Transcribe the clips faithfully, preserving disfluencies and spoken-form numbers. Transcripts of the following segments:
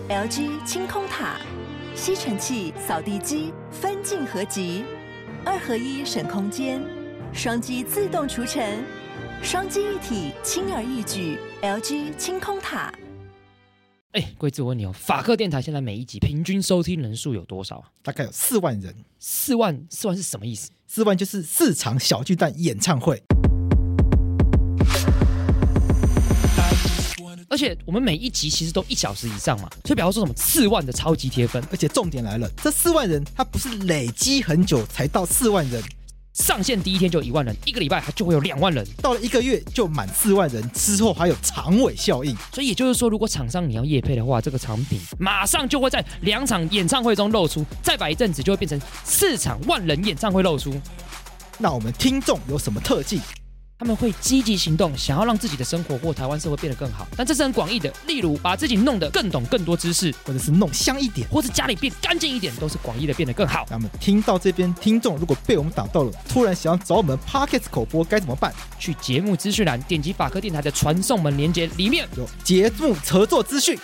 L G 清空塔，吸尘器、扫地机分镜合集，二合一省空间，双击自动除尘，双击一体轻而易举。L G 清空塔。 哎，贵子，我问你哦，法克电台现在每一集平均收听人数有多少啊？ 大概有四万人。 四万，四万是什么意思？ 四万就是四场小巨蛋演唱会。 而且我们每一集其实都一小时以上嘛，所以比方说什么四万的超级贴分。 而且重点来了，这四万人他不是累积很久才到四万人， 上线第一天就一万人，一个礼拜它就会有两万人， 到了一个月就满四万人，之后还有长尾效应。 所以也就是说，如果厂商你要业配的话，这个产品马上就会在两场演唱会中露出，再摆一阵子就会变成四场万人演唱会露出。 那我们听众有什么特技？ 他们会积极行动，想要让自己的生活或台湾社会变得更好，但这是很广义的，例如把自己弄得更懂更多知识， 或者是弄香一点， 或者家里变干净一点，都是广义的变得更好。 那么听到这边，听众如果被我们打到了，突然想要找我们 Podcast 口播该怎么办？ 去节目资讯栏点击法科电台的传送门连结，里面有节目合作资讯。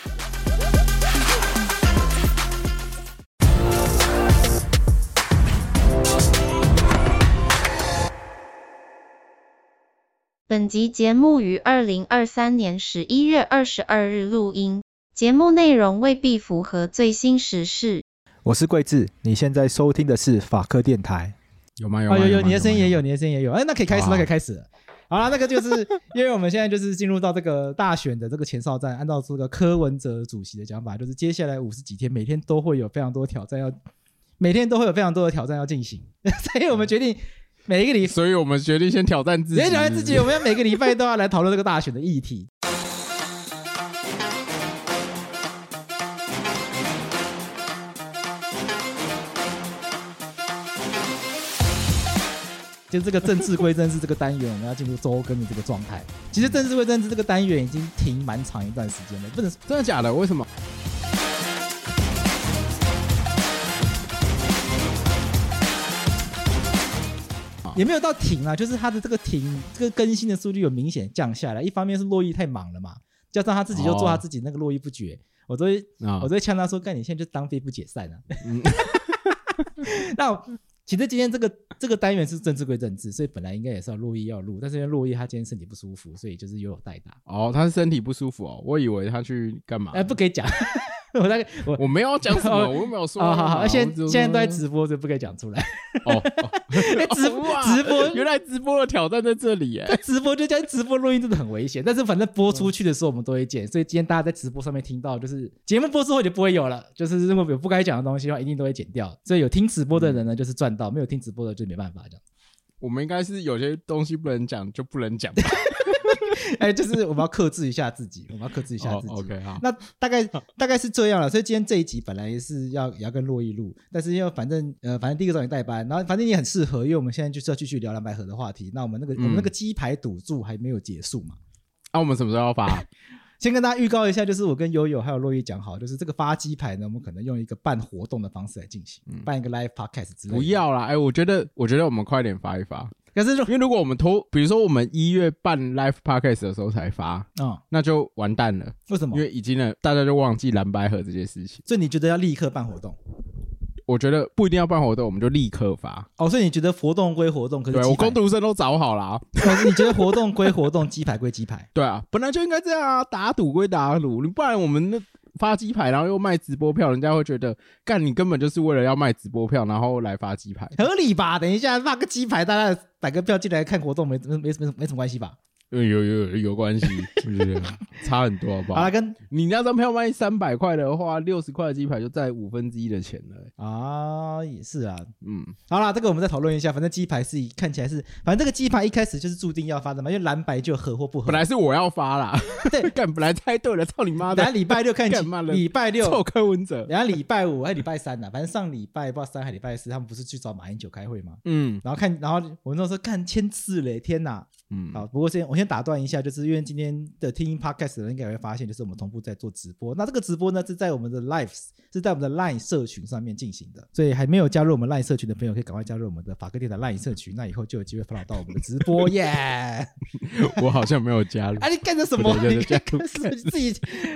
本集节目于二零二三年十一月二十二日录音，节目内容未必符合最新时事。 我是桂智，你现在收听的是法科电台。 有吗？有吗？ 哦、有有，你的声音也有，你的声音也有。哎，那可以开始， 好那可以开始了。好了，那个就是因为我们现在就是进入到这个大选的这个前哨战，按照这个柯文哲主席的讲法，就是接下来五十几天，每天都会有非常多挑战要，每天都会有非常多的挑战要进行，所以我们决定。每一个礼， 所以我们决定先挑战自己。 先挑战自己，我们要每个礼拜都要来讨论这个大选的议题。就这个政治归政治这个单元，我们要进入周更的这个状态。其实政治归政治这个单元已经停蛮长一段时间了，不能真的假的？为什么？ 也没有到停啊，就是他的这个停，这个更新的速率有明显降下来。一方面是洛伊太忙了嘛，加上他自己就做他自己那个络绎不绝，哦、我都会、哦、我都会呛他说：“干，你现在就当非不解散啊！”嗯、那其实今天这个这个单元是政治归政治，所以本来应该也是要洛伊要录，但是因为洛伊他今天身体不舒服，所以就是有有代打。 哦，他是身体不舒服哦，我以为他去干嘛？ 哎，不可以讲。我大概 我, 我没有讲什么，我又没有说。 哦、好好，现在现在都在直播，所以不可以讲出来。哦，哦直播直播， 原来直播的挑战在这里耶！ 直播就讲直播录音真的很危险，但是反正播出去的时候我们都会剪，所以今天大家在直播上面听到，就是节目播出后就不会有了，就是如果有不该讲的东西的话，一定都会剪掉。所以有听直播的人呢，就是赚到；没有听直播的就没办法这样。 我们应该是有些东西不能讲就不能讲吧。 哎，就是我们要克制一下自己，我们要克制一下自己。 oh, OK， 好， 那大概大概是这样了。所以今天这一集本来是要也要跟洛伊录，但是因为反正呃反正第一个找你代班，然后反正也很适合，因为我们现在就是要继续聊蓝白河的话题。那我们那个、嗯、我们那个鸡排赌注还没有结束嘛？ 啊，我们什么时候要发？ 先跟大家预告一下，就是我跟悠悠还有洛伊讲好，就是这个发鸡排呢，我们可能用一个办活动的方式来进行，嗯、办一个 live podcast 之类的。 不要啦，哎，我觉得我觉得我们快点发一发。 可是因为如果我们拖，比如说我们一月办 live podcast 的时候才发，哦、那就完蛋了。 为什么？ 因为已经呢，大家就忘记蓝白河这件事情。 所以你觉得要立刻办活动？ 我觉得不一定要办活动，我们就立刻发。 哦，所以你觉得活动归活动，可是对我工读生都找好了、啊。 可是你觉得活动归活动，鸡排归鸡排？ 对啊，本来就应该这样啊，打赌归打赌，不然我们那发鸡排，然后又卖直播票，人家会觉得干你根本就是为了要卖直播票，然后来发鸡排， 合理吧？等一下发个鸡排，大家买个票进来看活动，没没没没没什么关系吧？ 有有有有关系，差很多好不好？ 好了，跟你那张票卖三百块的话，六十块的鸡排就在五分之一的钱了啊，也是啊，嗯，好啦，这个我们再讨论一下。反正鸡排是看起来是，反正这个鸡排一开始就是注定要发的嘛，因为蓝白就合或不合。 本来是我要发啦， 对， 干本来猜对了，操你妈的！ 等下礼拜六看起，礼拜六臭柯文哲， 等下礼拜五还礼拜三呐、啊，反正上礼拜不知道三还礼拜四，他们不是去找马英九开会吗？嗯，然后看，然后我那时候看签字嘞，天哪！嗯，好，不过先我先打断一下，就是因为今天的听 podcast 的人应该也会发现，就是我们同步在做直播。那这个直播呢是在我们的 live， 是在我们的 LINE 社群上面进行的，所以还没有加入我们 LINE 社群的朋友，可以赶快加入我们的法科电台 LINE 社群，那以后就有机会发到我们的直播耶。yeah! 我好像没有加入， 啊，你干的什么？你干的自己。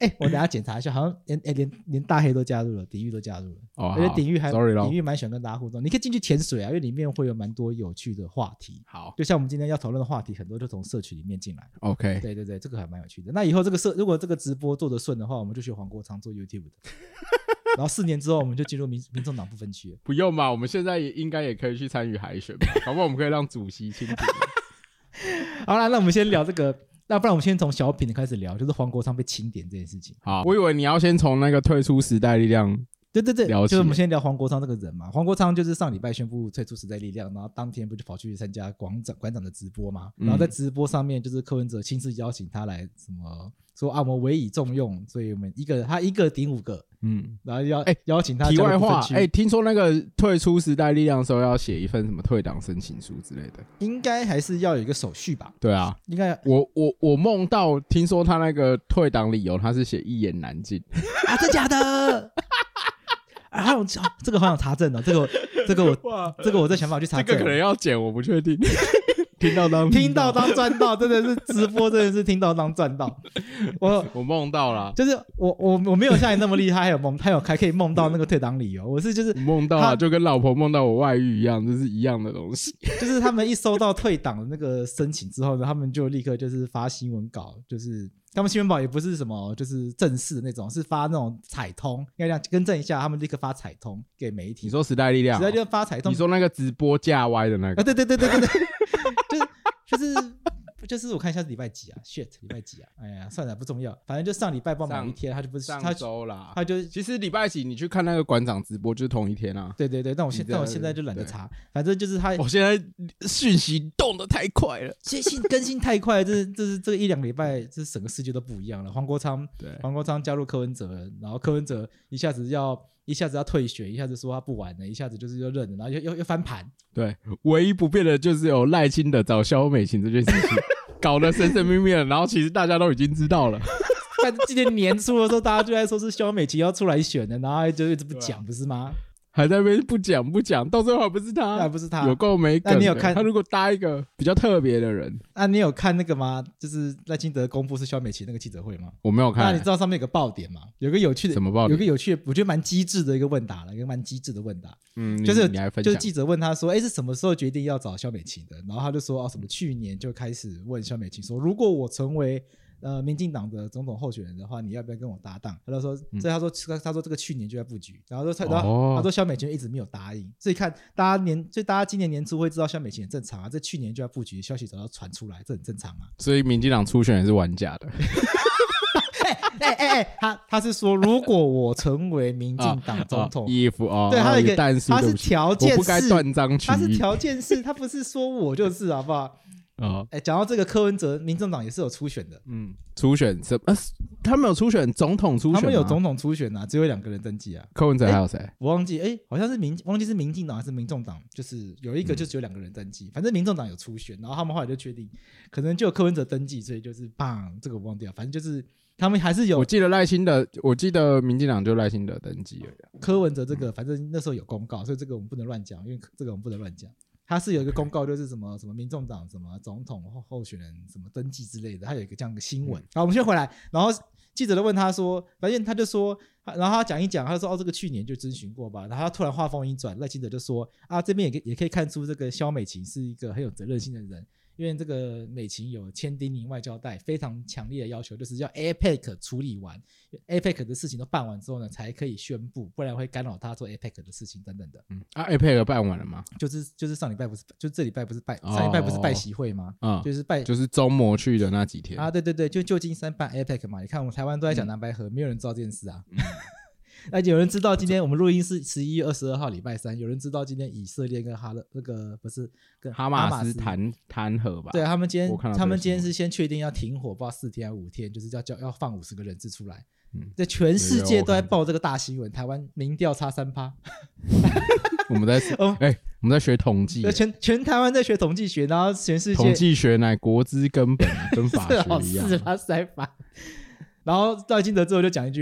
哎、欸，我等一下检查一下，好像连、欸、连连大黑都加入了，鼎玉都加入了， 哦， 而且鼎玉还 ，sorry 咯， 鼎玉蛮喜欢跟大家互动，你可以进去潜水啊，因为里面会有蛮多有趣的话题。 好， 就像我们今天要讨论的话题，很多就从社群里面进来。 OK， 对对对，这个还蛮有趣的。那以后这个社如果这个直播做得顺的话，我们就学黄国昌做 YouTube 的。然后四年之后，我们就进入民民众党不分区了。 不用嘛，我们现在也应该也可以去参与海选吧，搞不好我们可以让主席亲自。 好啦，那我们先聊这个。那不然我们先从小品开始聊，就是黄国昌被清点这件事情。 好，我以为你要先从那个退出时代力量， 对对对，就是我们先聊黄国昌这个人嘛。黄国昌就是上礼拜宣布退出时代力量，然后当天不就跑去参加馆长馆长的直播嘛？然后在直播上面，就是柯文哲亲自邀请他来什么说啊，我们委以重用，所以我们一个他一个顶五个，嗯，然后要哎、欸、邀请他。 题外话，哎、欸，听说那个退出时代力量的时候要写一份什么退党申请书之类的， 应该还是要有一个手续吧？ 对啊， 应该。 我我我梦到听说他那个退党理由，他是写一言难尽啊，真假的？啊，还有这个好想查证哦，这个这个我这个我在想法去查证， 这个可能要剪，我不确定。听到当听到当赚到，真的是直播，真的是听到当赚到。我我梦到了， 就是我我我没有像你那么厉害，还有梦，还有还可以梦到那个退党理由。我是就是梦到啊，就跟老婆梦到我外遇一样，这是一样的东西。 就是他们一收到退党的那个申请之后呢，他们就立刻就是发新闻稿，就是他们新闻稿也不是什么就是正式的那种，是发那种彩通，应该这样更正一下，他们立刻发彩通给媒体。 你说时代力量、哦？ 时代力量发彩通？ 你说那个直播架歪的那个？ 啊，对对对对对对，就是就是就是我看一下是礼拜几啊 ？shit， 礼拜几啊？哎呀，算了，不重要，反正就上礼拜报某一天，他就不是上周啦， 他就其实礼拜几你去看那个馆长直播就是同一天啊。 对对对，但我现但我现在就懒得查，反正就是他， 我现在讯息动得太快了， 信息更新太快了，这是这是这一两个礼拜，这整个世界都不一样了。黄国昌，对，黄国昌加入柯文哲，然后柯文哲一下子要。一下子要退选，一下子说他不玩了，一下子就是又认了，然后又又又翻盘。 对，唯一不变的就是有赖清德找萧美琴这件事情，搞得神神秘秘的，然后其实大家都已经知道了。 但今年年初的时候，大家就在说是萧美琴要出来选的，然后就一直不讲，不是吗？还在那边不讲不讲，到最后还不是他， 还不是他， 有够没梗。那你有看他如果搭一个比较特别的人？ 那你有看那个吗？就是赖清德公布是萧美琴那个记者会吗？ 我没有看、欸。 那你知道上面有个爆点吗？有个有趣的什么爆点？ 有个有趣的，我觉得蛮机智的一个问答了，一个蛮机智的问答。 嗯， 就是你来分享就是记者问他说：“哎，是什么时候决定要找萧美琴的？”然后他就说：“哦，什么去年就开始问萧美琴说，如果我成为。”呃，民进党的总统候选人的话，你要不要跟我搭档？他就说，所以他说，嗯、他说这个去年就在布局，然后说，然后、哦、他说萧美琴一直没有答应，所以看大家年，所以大家今年年初会知道萧美琴很正常啊，这去年就在布局，消息早要传出来，这很正常啊。 所以民进党初选也是玩假的。 哎哎哎，他他是说，如果我成为民进党总统， 衣服哦， 对，他有一个， 他是条件式， 我不该断章取义， 他是条件式，他不是说我就是，好不好？哦，哎，讲到这个柯文哲，民众党也是有初选的， 嗯，初选什么？他们有初选总统初选吗？ 他们有总统初选啊，只有两个人登记啊。 柯文哲还有谁？ 我忘记，哎，好像是民，忘记是民进党还是民众党，就是有一个就只有两个人登记，嗯、反正民众党有初选，然后他们后来就确定，可能就有柯文哲登记，所以就是棒，这个我忘掉，反正就是他们还是有。 我记得赖清德，我记得民进党就赖清德登记而已。 柯文哲这个，反正那时候有公告，所以这个我们不能乱讲，因为这个我们不能乱讲。他是有一个公告，就是什么什么民众党什么总统候选人什么登记之类的，他有一个这样的新闻。好，我们先回来，然后记者都问他说，反正他就说，然后他讲一讲，他就说哦，这个去年就征询过吧。然后他突然话锋一转，赖清德就说啊，这边也也可以看出这个萧美琴是一个很有责任心的人。因为这个美琴有签丁宁外交代，非常强烈的要求，就是要 A P E C 处理完 A P E C 的事情都办完之后呢，才可以宣布，不然会干扰他做 A P E C 的事情等等的。 嗯，啊 A P E C 办完了吗？ 就是就是上礼拜不是，就这礼拜不是拜、哦、上礼拜不是拜习会吗？ 嗯， 就是拜就是周末去的那几天啊，对对对，就旧金山办 A P E C 嘛。你看我们台湾都在讲蓝白合、嗯，没有人知道这件事啊。嗯而且有人知道今天我们录音是十一月二十二号礼拜三，有人知道今天以色列跟哈勒那个不是跟哈马斯谈谈和吧？ 对，他们今天他们今天是先确定要停火，不知道四天还是五天，就是要叫要放五十个人质出来。嗯，在全世界都在报这个大新闻，台湾民调差三趴。 我们在哦，哎、欸，我们在学统计， 全全台湾在学统计学，然后全世界统计学乃国之根本，跟法学一样。 是啊，塞法。然后赖清德之后就讲一句话。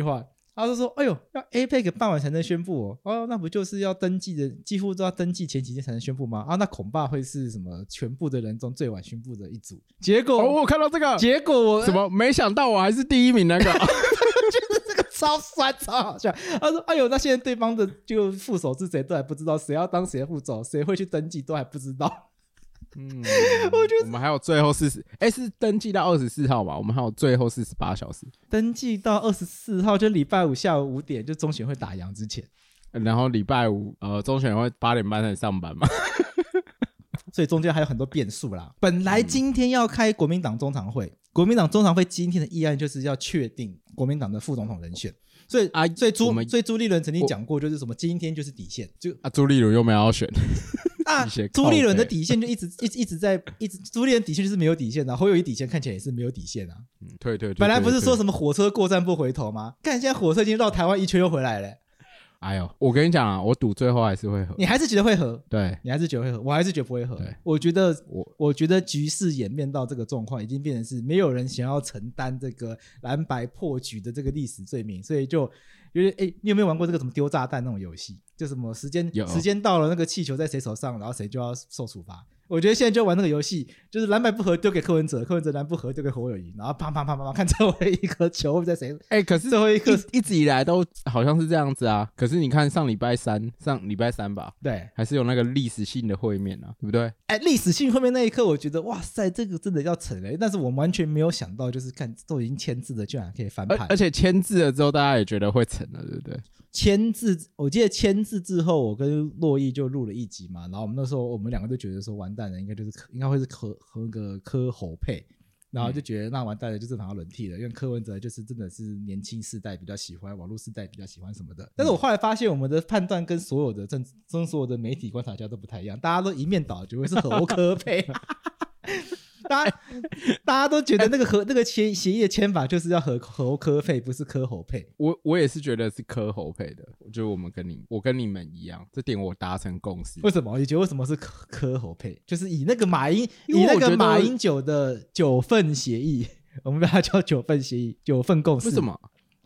他就说哎呦要 A P E C 办完才能宣布哦，哦那不就是要登记的几乎都要登记前几天才能宣布吗？啊那恐怕会是什么全部的人中最晚宣布的一组。结果、 哦、我看到这个， 结果我什么没想到我还是第一名那个就是这个超酸超好笑。他说哎呦那现在对方的就副手是谁都还不知道，谁要当谁的副手，谁会去登记都还不知道。 嗯，我觉得我们还有最后四十，哎，是登记到二十四号嘛？我们还有最后四十八小时， 登记到二十四号，就礼拜五下午五点，就中选会打烊之前。 然后礼拜五，呃，中选会八点半才上班嘛， 所以中间还有很多变数啦。本来今天要开国民党中常会，嗯、国民党中常会今天的议案就是要确定国民党的副总统人选。所以啊，所以朱所以朱立伦曾经讲过，就是什么今天就是底线，就啊，朱立伦又没有要选。 啊，朱立伦的底线就一直一直一直在一直，朱立伦底线就是没有底线的、啊，侯友宜底线看起来也是没有底线啊。 嗯，对对对， 本来不是说什么火车过站不回头吗？看现在火车已经绕台湾一圈又回来了、欸。 哎呦，我跟你讲啊，我赌最后还是会合。 你还是觉得会合？ 对， 你还是觉得会合，我还是觉得不会合。我觉得我我觉得局势演变到这个状况，已经变成是没有人想要承担这个蓝白破局的这个历史罪名，所以就因为哎，你有没有玩过这个什么丢炸弹那种游戏？就什么时间时间到了，那个气球在谁手上，然后谁就要受处罚。我觉得现在就玩那个游戏，就是蓝白不合丢给柯文哲，柯文哲蓝不合丢给侯友宜，然后砰砰砰砰砰，看最后一颗球会在谁？ 哎、欸，可是最后一颗一直以来都好像是这样子啊。可是你看上礼拜三，上礼拜三吧， 对， 还是有那个历史性的会面啊，对不对？ 哎、欸，历史性会面那一刻，我觉得哇塞，这个真的要成嘞！但是我完全没有想到，就是看都已经签字了，居然可以翻盘， 而且签字了之后，大家也觉得会成了，对不对？ 签字，我记得签字之后，我跟洛毅就录了一集嘛，然后我们那时候我们两个就觉得说完蛋了，应该就是应该会是柯和个柯侯配，然后就觉得那完蛋了，就正常要轮替了，因为柯文哲就是真的是年轻世代比较喜欢，网络世代比较喜欢什么的。但是我后来发现我们的判断跟所有的政跟所有的媒体观察家都不太一样，大家都一面倒觉得是侯柯配。大家大家都觉得那个和那个协协议的签法就是要和侯柯配，不是柯侯配。 我我也是觉得是柯侯配的，就我们跟你我跟你们一样，这点我达成共识。 为什么？你觉得为什么是柯柯侯配？就是以那个马英以那个马英九的九份协议，我们把它叫九份协议，九份共识。 为什么？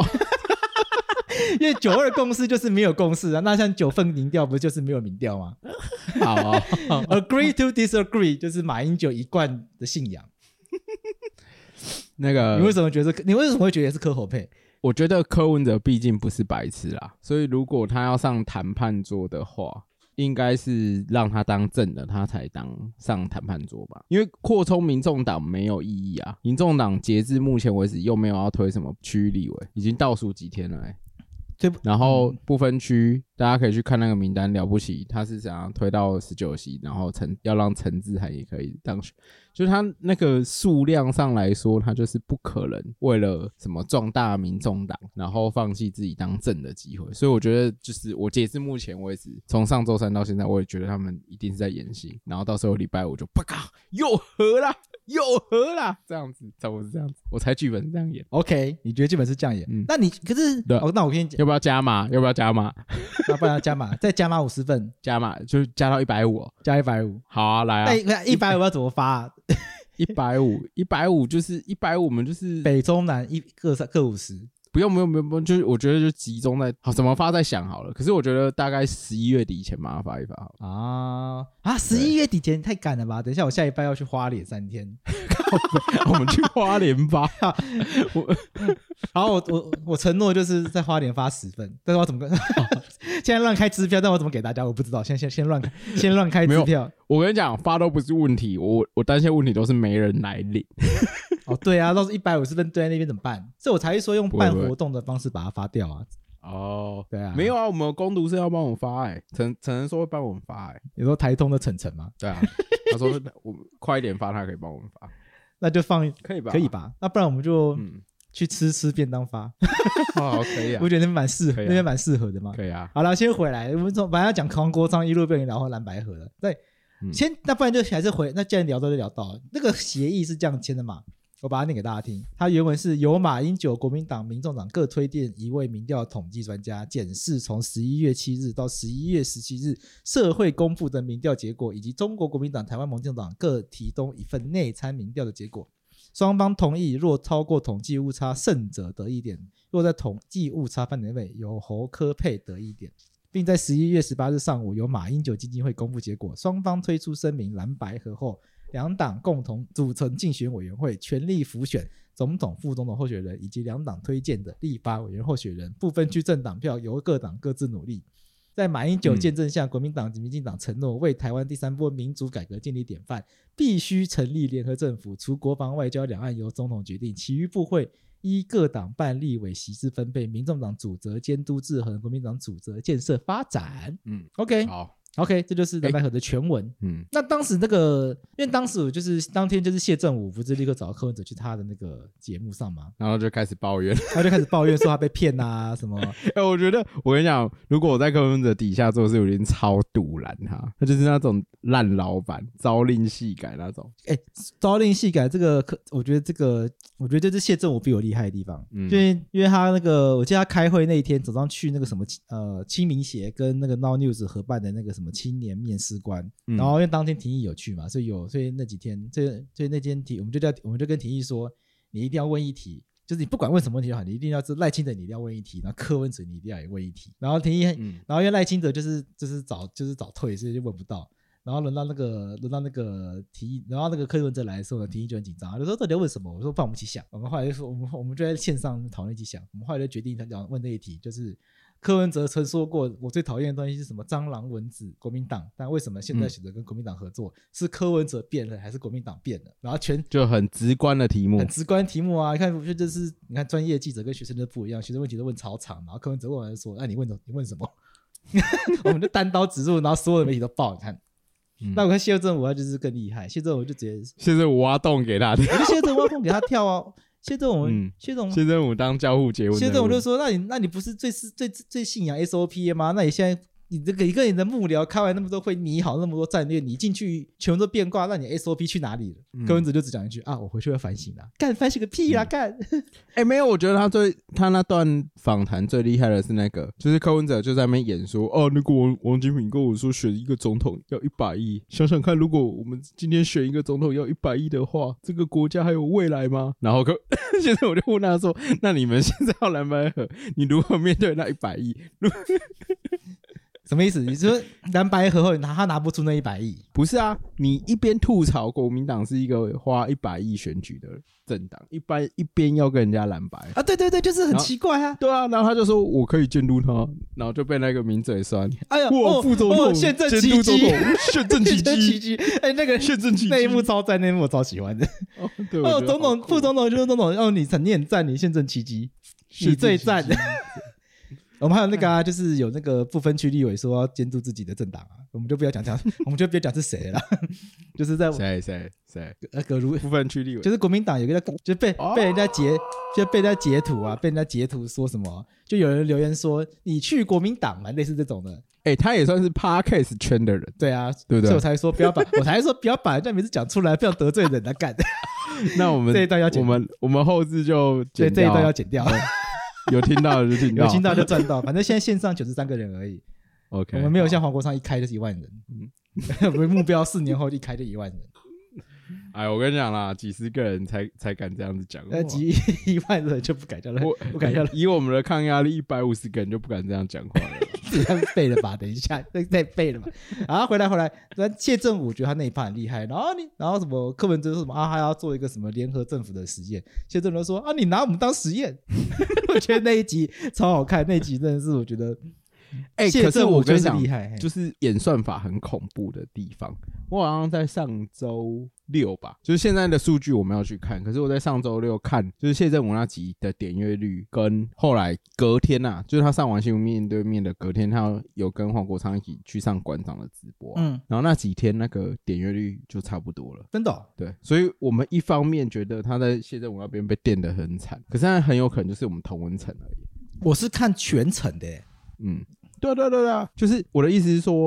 因为九二共识就是没有共识啊，那像九份民调不就是没有民调吗？ 好、哦、 agree to disagree 就是马英九一贯的信仰。 那个， 你为什么觉得你为什么会觉得是柯侯配？ 我觉得柯文哲毕竟不是白痴啦，所以如果他要上谈判桌的话，应该是让他当正的，他才当上谈判桌吧。因为扩充民众党没有意义啊，民众党截至目前为止又没有要推什么区域立委，已经倒数几天了哎、欸。然后不分区、嗯，大家可以去看那个名单，了不起，他是想要推到十九席，然后陈要让陈智菡也可以当选，就是他那个数量上来说，他就是不可能为了什么壮大民众党，然后放弃自己当正的机会。所以我觉得，就是我截至目前为止，从上周三到现在，我也觉得他们一定是在演戏，然后到时候礼拜五就啪咔又合啦。又合啦，这样子，差不多是这样子，我猜剧本是这样演。 OK， 你觉得剧本是这样演？嗯，那你可是，哦，那我跟你讲， 要不要加码？要不要加码？ 那不然要加码，再加码五十份， 加码就加到一百五， 加一百五。 好啊，来啊！ 那一百五要怎么发、啊？ 一百五，一百五就是一百五，我们就是北中南一各各五十。 不用不用不用不用，就是我觉得就集中在好怎么发再想好了。可是我觉得大概十一月底前把它发一发好了。 啊啊！十一月底前太赶了吧？等一下我下礼拜要去花莲三天， 我们去花莲吧。 我然后我我我承诺就是在花莲发十份，但是我怎么跟现在乱开支票，但我怎么给大家我不知道。先先先乱先乱开支票。 我跟你讲，发都不是问题，我我担心问题都是没人来领。 哦，对啊，到时候一百五十份堆在那边怎么办？所以我才会说用办活动的方式把它发掉啊。 哦， 对啊， 没有啊，我们工读生要帮我们发哎、欸，陈陈人说会帮我们发哎、欸， 你说台通的晨晨吗？ 对啊，他说我快一点发，他可以帮我们发， 那就放可以吧？ 可以吧？那不然我们就去吃吃便当发。 哦，可以啊， 我觉得那边蛮适合，那边蛮适合的嘛。 可以啊。 好了，先回来，我们从本来要讲黄国昌一路被你聊到蓝白合了，对，嗯、先那不然就还是回，那既然聊到就聊到那个协议是这样签的嘛。我把它念给大家听，它原文是由马英九、国民党、民众党各推荐一位民调统计专家，检视从十一月七日到十一月十七日社会公布的民调结果，以及中国国民党、台湾民众党各提供一份内参民调的结果。双方同意，若超过统计误差，胜者得一点； 若在统计误差范围内，由侯科佩得一点，并在十一月十八日上午由马英九基金会公布结果，双方推出声明蓝白合后，两党共同组成竞选委员会，全力辅选总统、副总统候选人以及两党推荐的立法委员候选人，不分区政党票由各党各自努力。在马英九见证下，国民党及民进党承诺为台湾第三波民主改革建立典范，必须成立联合政府，除国防外交两岸由总统决定，其余部会依各党办立委席次分配，民众党主责监督制衡，国民党主责建设发展。嗯 ，OK， 好。OK， 这就是蓝白合的全文。嗯，那当时那个，因为当时我就是当天就是谢振武不是立刻找柯文哲去他的那个节目上嘛， 然后就开始抱怨， 他就开始抱怨说他被骗啊什么。 哎、欸，我觉得我跟你讲，如果我在柯文哲底下做事，我一定超堵拦他，他就是那种烂老板，朝令夕改那种。 哎、欸，朝令夕改这个，我觉得这个，我觉得这是谢振武比我厉害的地方。嗯，因为因为他那个，我记得他开会那一天早上去那个什么呃青民协跟那个 Now News 合办的那个什么。青年面试官，然后因为当天廷义有去嘛，所以有，所以那几天，所以所以那天题，我们就叫我们就跟廷义说，你一定要问一题，就是你不管问什么问题就好，你一定要是赖清德，你一定要问一题，然后柯文哲你一定要也问一题，然后廷义，嗯、然后因为赖清德就是就是早就是早退，所以就问不到，然后轮到那个轮到那个廷义，然后那个柯文哲来的时候呢，廷义就很紧张，他就说到底要问什么？我说不然我们一起想，我们后来就说我们我们就在线上讨论一起想，我们后来就决定他讲问那一题就是。柯文哲曾说过，我最讨厌的东西是什么？蟑螂、蚊子、国民党。但为什么现在选择跟国民党合作？嗯、是柯文哲变了，还是国民党变了？然后全就很直观的题目， 很直观的题目啊！你看，我觉得这是你看专业记者跟学生就不一样，学生问题都问超长，然后柯文哲问完就说：“那、啊、你问什么？你问什么？”我们就单刀直入，然后所有的媒体都报。你看，嗯、那我看谢振武他就是更厉害，谢振武就直接谢振武挖洞给他跳， 我就谢振武挖洞给他跳啊！谢振武，嗯、谢振武， 谢振武当交互结婚， 谢振武就说：“那你那你不是最最最信仰 S O P 吗？那你现在你这个一个你的幕僚开完那么多会，拟好那么多战略，你进去全部都变卦，那你 S O P 去哪里了？”嗯、柯文哲就只讲一句：“啊，我回去会反省啦。”干反省个屁啦！嗯、干， 哎、欸，没有，我觉得他最他那段访谈最厉害的是那个，就是柯文哲就在那边演说：“哦，如果王王金平跟我说选一个总统要一百亿，想想看，如果我们今天选一个总统要一百亿的话，这个国家还有未来吗？”然后柯现在我就问他说：“那你们现在要蓝白合，你如何面对那一百亿？” 什么意思？你说蓝白合后他拿不出那一百亿？ 不是啊，你一边吐槽国民党是一个花一百亿选举的政党，一般一边要跟人家蓝白啊，对对对，就是很奇怪啊。 对啊，然后他就说我可以监督他，然后就被那个名嘴酸。 哎呀， 哇，副总统宪政奇迹， 宪政奇迹， 哎，那个宪政奇迹那一幕超赞，那一幕我超喜欢的。 哦，对， 哦，总统、副总统就是总统，哦，你你很赞，你宪政奇迹，你最赞。我们还有那个啊，就是有那个不分区立委说要监督自己的政党啊，我们就不要讲讲，我们就不要讲是谁了，就是在谁谁谁呃葛如不分区立委， 就是国民党有个叫，就被、哦、被人家截，就被人家截图啊，被人家截图说什么，就有人留言说你去国民党嘛，类似这种的。 哎、欸，他也算是 Podcast 圈的人， 对啊， 对不对？ 所以我才说不要把，我才说不要把人家名字讲出来，不要得罪人来干。 那我们这一段要剪， 我们我们后置就剪掉， 这一段要剪掉。 有听到就听到， 有听到就赚到，反正现在线上九十三个人而已。 OK， 我们没有像黄国昌一开就是一万人，嗯、我们目标四年后一开就一万人。 哎，我跟你讲啦，几十个人才才敢这样子讲， 那几一万人就不敢叫了，不敢叫了。 以我们的抗压力，一百五十个人就不敢这样讲话了。 这样背了吧？等一下，再背了吧。然后回来回来，谢振武觉得他那一趴很厉害，然后你然后什么柯文哲说什么啊，他要做一个什么联合政府的实验，谢振武说啊，你拿我们当实验。我觉得那一集超好看，那一集真的是我觉得。 哎、欸，可是我跟你讲，就是演算法很恐怖的地方。我好像在上周六吧，就是现在的数据我们要去看。可是我在上周六看，就是谢振武那集的点阅率，跟后来隔天啊，就是他上完新闻面对面的隔天，他有跟黄国昌一起去上馆长的直播、啊，嗯，然后那几天那个点阅率就差不多了， 真的、哦。 对，所以我们一方面觉得他在谢振武那边被电得很惨，可是他很有可能就是我们同温层而已。 我是看全程的、欸， 嗯。对对对对，就是我的意思是说，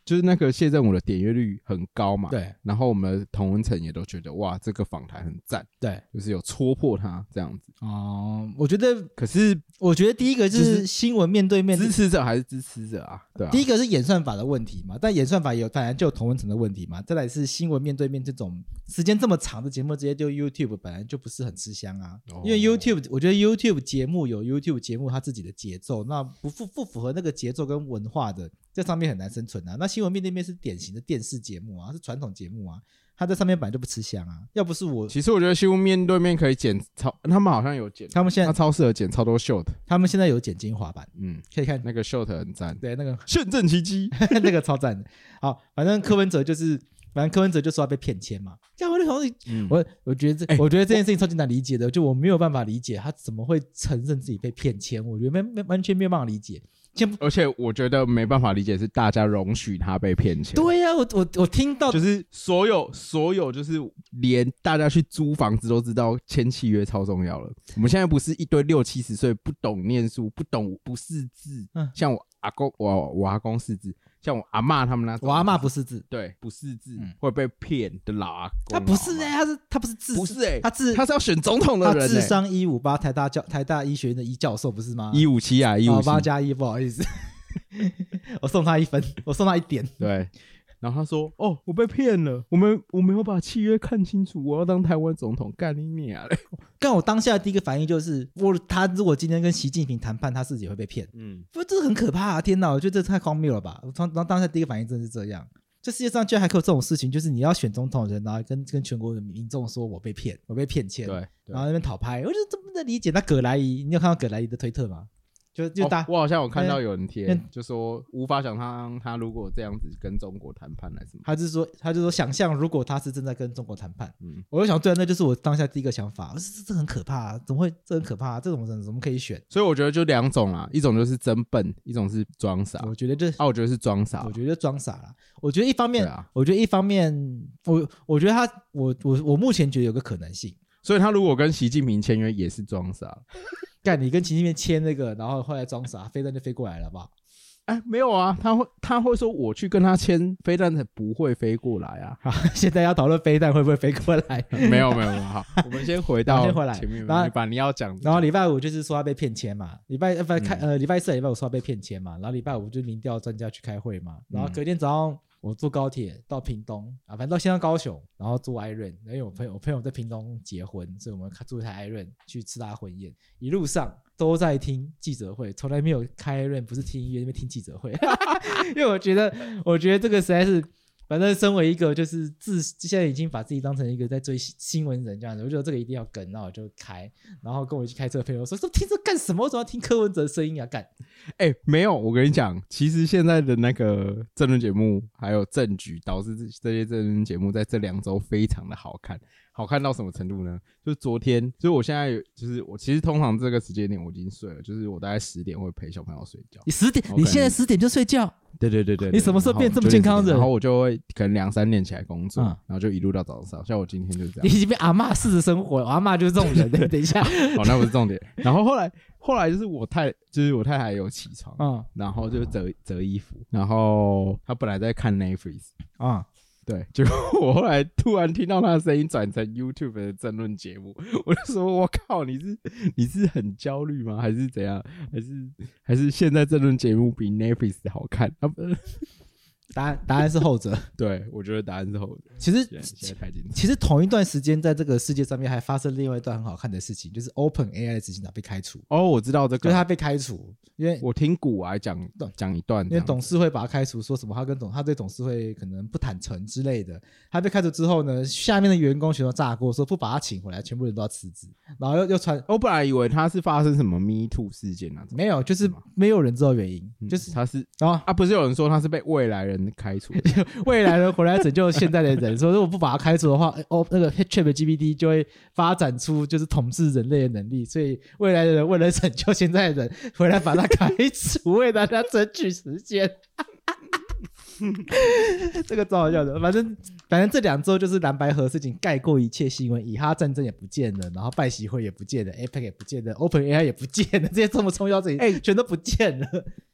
就是那个谢振武的点阅率很高嘛， 对， 然后我们的同温层也都觉得哇，这个访谈很赞， 对， 就是有戳破他这样子。 哦、呃，我觉得， 可是我觉得第一个就是新闻面对面， 支持者还是支持者啊，对啊。 第一个是演算法的问题嘛，但演算法也有本来就有同温层的问题嘛，再来是新闻面对面这种时间这么长的节目直接丢 YouTube 本来就不是很吃香啊，哦、因为 YouTube 我觉得 YouTube 节目有 YouTube 节目它自己的节奏，那不符不符合那个节奏跟文化的，在上面很难生存啊。那新闻面对面是典型的电视节目啊，是传统节目啊，它在上面本来就不吃香啊。要不是我， 其实我觉得新闻面对面可以剪超，他们好像有剪， 他们现在他超适合剪超多 short， 他们现在有剪精华版， 嗯， 可以看那个 short 很赞， 对，那个炫振奇迹， 那个超赞的。好，反正柯文哲就是。反正柯文哲就说要被骗钱嘛，这样我就想说、嗯，我我觉得这、欸，我觉得这件事情超级难理解的，就我没有办法理解他怎么会承认自己被骗钱，我觉得没没完全没有办法理解。 而且我觉得没办法理解是大家容许他被骗钱。 对呀、啊，我我我听到就是所有所有就是连大家去租房子都知道签契约超重要了。我们现在不是一堆六七十岁不懂念书、不懂不识字，嗯、像我阿公，我我阿公识字。像我阿嬷他们那种， 我阿嬷不识字， 对，不识字、嗯、会被骗的老阿公。 他不是哎、欸，他是他不是字， 不是哎、欸， 他智他是要选总统的人、欸， 他智商一五八，台大教台大医学院的一教授不是吗？ 一五七啊，一五七八加一，不好意思，我送他一分，我送他一点。 对，然后他说：“哦，我被骗了，我们我没有把契约看清楚，我要当台湾总统，干你娘嘞！” 干我当下的第一个反应就是，我他如果今天跟习近平谈判，他自己会被骗，嗯，不，这很可怕啊！天哪，我觉得这太荒谬了吧！然后当下第一个反应真的是这样，这世界上居然还可以有这种事情，就是你要选总统的人，然后跟跟全国的民众说我被骗，我被骗钱， 对， 然后那边讨拍，我觉得这不能理解。那葛莱仪，你有看到葛莱仪的推特吗？就就大、 哦，我好像有看到有人贴，就说无法想象他如果这样子跟中国谈判来什么， 他就说他就说想象如果他是正在跟中国谈判，嗯，我就想对啊，那就是我当下第一个想法，这这很可怕、啊，怎么会这很可怕、啊？这种人怎么可以选？ 所以我觉得就两种啦，一种就是真笨，一种是装傻。 我觉得这啊，我觉得是装傻， 我觉得装傻啦。我觉得一方面， 啊、 我觉得一方面，我我觉得他，我我我目前觉得有个可能性， 所以他如果跟习近平签约也是装傻。 干你跟习近平签那个，然后后来装傻，飞弹就飞过来了，好不好？ 哎，没有啊，他会他会说我去跟他签，飞弹才不会飞过来啊。 好，现在要讨论飞弹会不会飞过来？ 没有没有没有，好，我们先回到先回来前面， 然后把你要讲。 然后礼拜五就是说他被骗签嘛，礼拜不开、嗯、呃礼拜四礼拜五说他被骗签嘛，然后礼拜五就民调专家去开会嘛，然后隔天早上。我坐高铁到屏东啊，反正到先到高雄，然后坐 iRent， 因为我朋友我朋友在屏东结婚，所以我们租一台 iRent 去吃他婚宴，一路上都在听记者会，从来没有开 iRent 不是听音乐，那边听记者会，因为我觉得我觉得这个实在是。反正身为一个就是自现在已经把自己当成一个在追新闻人这样子，我觉得这个一定要跟，然后我就开，然后跟我一起开车的朋友说说听这干什么？为什么要听柯文哲的声音啊？干， 哎、欸，没有，我跟你讲，其实现在的那个政论节目还有政局，导致这些政论节目在这两周非常的好看。好看到什么程度呢？就是昨天，就是我现在有，就是我其实通常这个时间点我已经睡了，就是我大概十点会陪小朋友睡觉。 你十点，你现在十点就睡觉？ 对对对 对, 对。 你什么时候变这么健康的人？ 然后我就会可能两三点起来工作，嗯、然后就一路到早上。像我今天就是这样。 你已经被阿嬷式的生活了，我阿嬷就是这种人。等一下， 好，那不是重点。然后后来，后来就是我太，就是我太太有起床，嗯，然后就折折衣服，然后她本来在看 Netflix 啊。嗯对，结果我后来突然听到他的声音转成 YouTube 的政论节目，我就说：“我靠，你是你是很焦虑吗？还是怎样？还是还是现在政论节目比 Netflix 好看？”啊， 答案答案是后者。 对，我觉得答案是后者。 其实现在太精彩。 其实同一段时间，在这个世界上面还发生另外一段很好看的事情，就是 OpenAI 的执行长被开除。 哦，我知道这个， 就是他被开除，因为我听古癌讲讲一段， 因为董事会把他开除，说什么他跟董他对董事会可能不坦诚之类的。他被开除之后呢，下面的员工全都炸锅，说不把他请回来，全部人都要辞职，然后又又传。 我本来以为他是发生什么 Me Too 事件啊， 没有，就是没有人知道原因， 嗯、 就是他是啊啊，不是有人说他是被未来人开除。 未来人回来拯救现在的人，说如果不把他开除的话，哦，那个 ChatGPT 就会发展出就是统治人类的能力，所以未来的人为了拯救现在的人，回来把他开除，为大家争取时间。这个超好笑的，反正反正这两周就是蓝白合事情盖过一切新闻，以哈战争也不见了，然后拜习会也不见了 ，A P E C 也不见了 ，OpenAI 也不见了，这些这么重要的事情，哎、欸，全都不见了。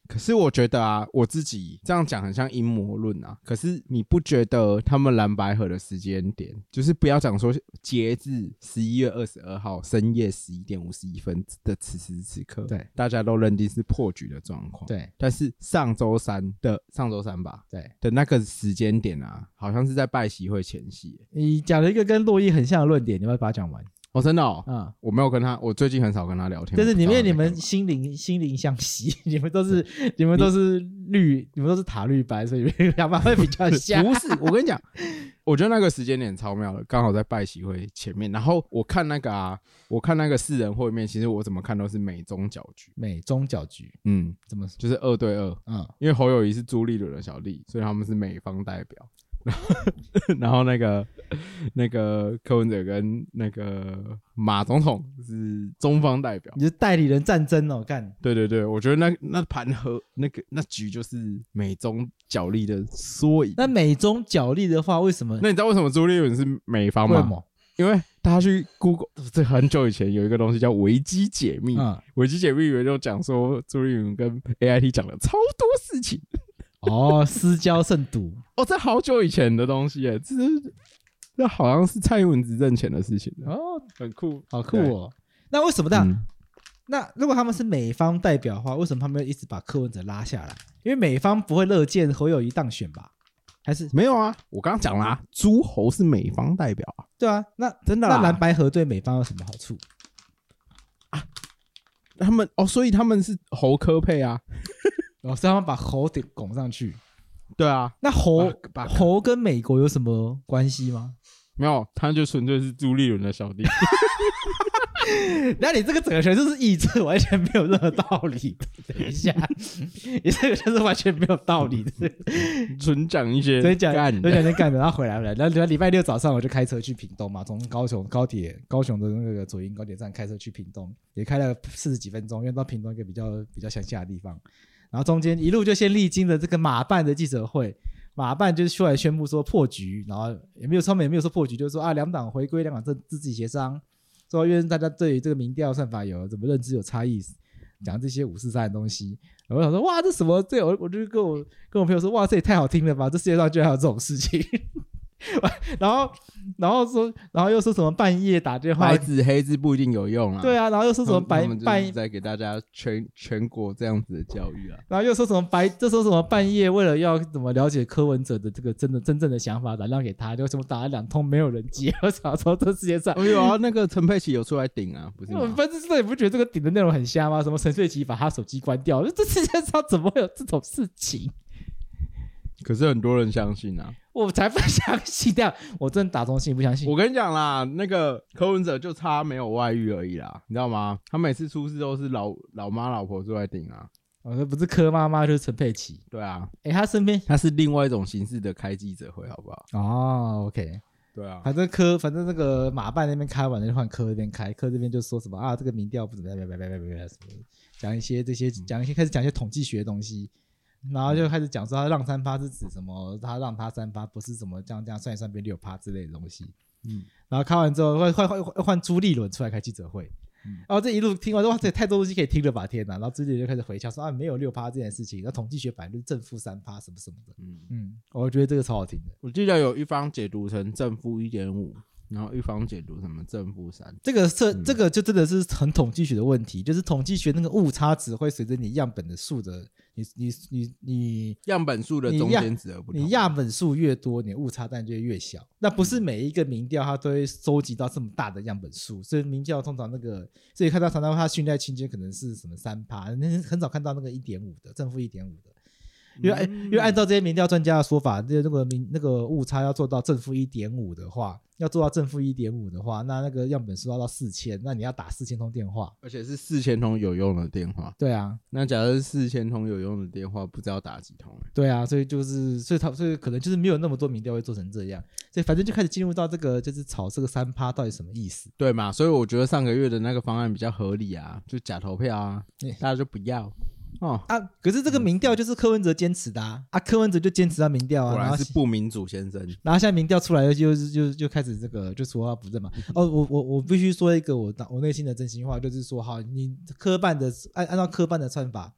可是我觉得啊，我自己这样讲很像阴谋论啊。可是你不觉得他们蓝白合的时间点，就是不要讲说截至十一月二十二号深夜十一点五十一分的此时此刻， 对， 大家都认定是破局的状况。 对， 但是上周三的上周三吧， 对的那个时间点啊，好像是在拜习会前夕。 你讲了一个跟洛伊很像的论点，你要不要把它讲完？ 哦，真的哦， 嗯， 我没有跟他，我最近很少跟他聊天。 但是里面你们心灵心灵相惜，你们都是你们都是绿，你们都是塔绿白，所以你们两把会比较像。 不是，我跟你讲，我觉得那个时间点超妙的，刚好在拜习会前面。然后我看那个啊，我看那个四人会面，其实我怎么看都是美中搅局。 美中搅局， 嗯， 怎么就是二对二？嗯，因为侯友宜是朱立伦的小弟，所以他们是美方代表。然后那个那个柯文哲跟那个马总统是中方代表， 你是代理人战争哦，干。 对对对，我觉得那那盘和那个那局就是美中角力的缩影。 那美中角力的话，为什么？ 那你知道为什么朱立伦是美方吗？ 为什么？ 因为大家去 Google， 这很久以前有一个东西叫维基解密，维、嗯、基解密里面就讲说朱立伦跟 A I T 讲了超多事情。 哦，私交甚笃哦，这好久以前的东西耶，这这好像是蔡英文执政前的事情哦，很酷， 好酷哦。那为什么这样、嗯？那如果他们是美方代表的话，为什么他们要一直把柯文哲拉下来？因为美方不会乐见侯友宜当选吧？还是没有啊？我刚刚讲啦，诸侯是美方代表啊。 对啊，那真的那蓝白合对美方有什么好处啊？他们哦，所以他们是侯柯配啊。 哦，是他们把侯给拱上去。 对啊， 那侯侯跟美国有什么关系吗？ 没有，他就纯粹是朱立伦的小弟。 那你这个整个全就是意志，完全没有任何道理的。等一下，你这个就是完全没有道理的， 纯讲一些纯讲纯讲些干的，然后回来回来，然后礼拜六早上我就开车去屏东嘛，从高雄高铁高雄的那个左营高铁站开车去屏东，也开了四十几分钟，因为到屏东一个比较比较乡下的地方。然后中间一路就先历经了这个马办的记者会，马办就是出来宣布说破局，然后也没有他们也没有说破局，就是说啊两党回归，两党自自己协商，说因为大家对于这个民调算法有怎么认知有差异，讲这些五四三的东西。然后我想说哇这什么这我我就跟我跟我朋友说哇这也太好听了吧，这世界上居然还有这种事情。然后然后说然后又说什么半夜打电话， 白纸黑字不一定有用啊。 对啊，然后又说什么白半在给大家全全国这样子的教育啊。 然后又说什么白这说什么半夜为了要怎么了解柯文哲的这个真的真正的想法打电话给他，就什么打了两通没有人接。我想说这世界上哎呦啊，那个陈佩琪有出来顶啊，不是吗？ 反正你不觉得这个顶的内容很瞎吗？什么陈穗琪把他手机关掉，这世界上怎么会有这种事情？ 可是很多人相信啊， 我才不相信的，我真的打从心里不相信。 我跟你讲啦，那个柯文哲就差没有外遇而已啦，你知道吗？他每次出事都是老老妈老婆出来顶啊。 哦，那不是柯妈妈就是陈佩琪。 对啊， 哎、欸，他身边他是另外一种形式的开记者会，好不好？ 哦 ，OK。 对啊， 反正柯，反正那个马办那边开完了，就换柯这边开，柯这边就说什么啊，这个民调不怎么样，别别别别别别什么，讲一些这些，讲一些开始讲一些统计学的东西。然后就开始讲说他让三趴是指什么，他让他三趴不是什么这样这样算一算变六趴之类的东西。嗯，然后开完之后换换换换朱立伦出来开记者会，嗯，然后这一路听完说哇，这也太多东西可以听了吧，天哪！然后朱立伦就开始回敲说啊，没有六趴这件事情，那统计学本来就是正负三趴什么什么的。嗯嗯，我觉得这个超好听的。 我记得有一方解读成正负一点五。然后一方解读什么正负三， 这个是、嗯、这个就真的是很统计学的问题，就是统计学那个误差值会随着你样本的数的，你你你你样本数的中间值而不同， 你样本数越多，你误差当然就会越小。那不是每一个民调它都会收集到这么大的样本数，所以民调通常那个，所以看到常常它训练区间可能是什么三趴，很少看到那个一点五的正负一点五的。因为、嗯、因为按照这些民调专家的说法，那个民那个误差要做到正负一点五的话，要做到正负一点五的话，那那个样本数要到四千，那你要打四千通电话， 而且是四千通有用的电话。 对啊， 那假如是四千通有用的电话，不知道打几通、欸。 对啊，所以就是所以他所以可能就是没有那么多民调会做成这样，所以反正就开始进入到这个就是炒这个三趴到底什么意思， 对嘛？所以我觉得上个月的那个方案比较合理啊，就假投票啊，欸、大家就不要。哦啊！可是这个民调就是柯文哲坚持的啊！啊，柯文哲就坚持他民调啊， 果然是不民主先生。 然后现在民调出来了，就就就就开始这个就说话不正嘛。哦，我我我必须说一个我我内心的真心话，就是说哈，你科办的按按照科办的算法，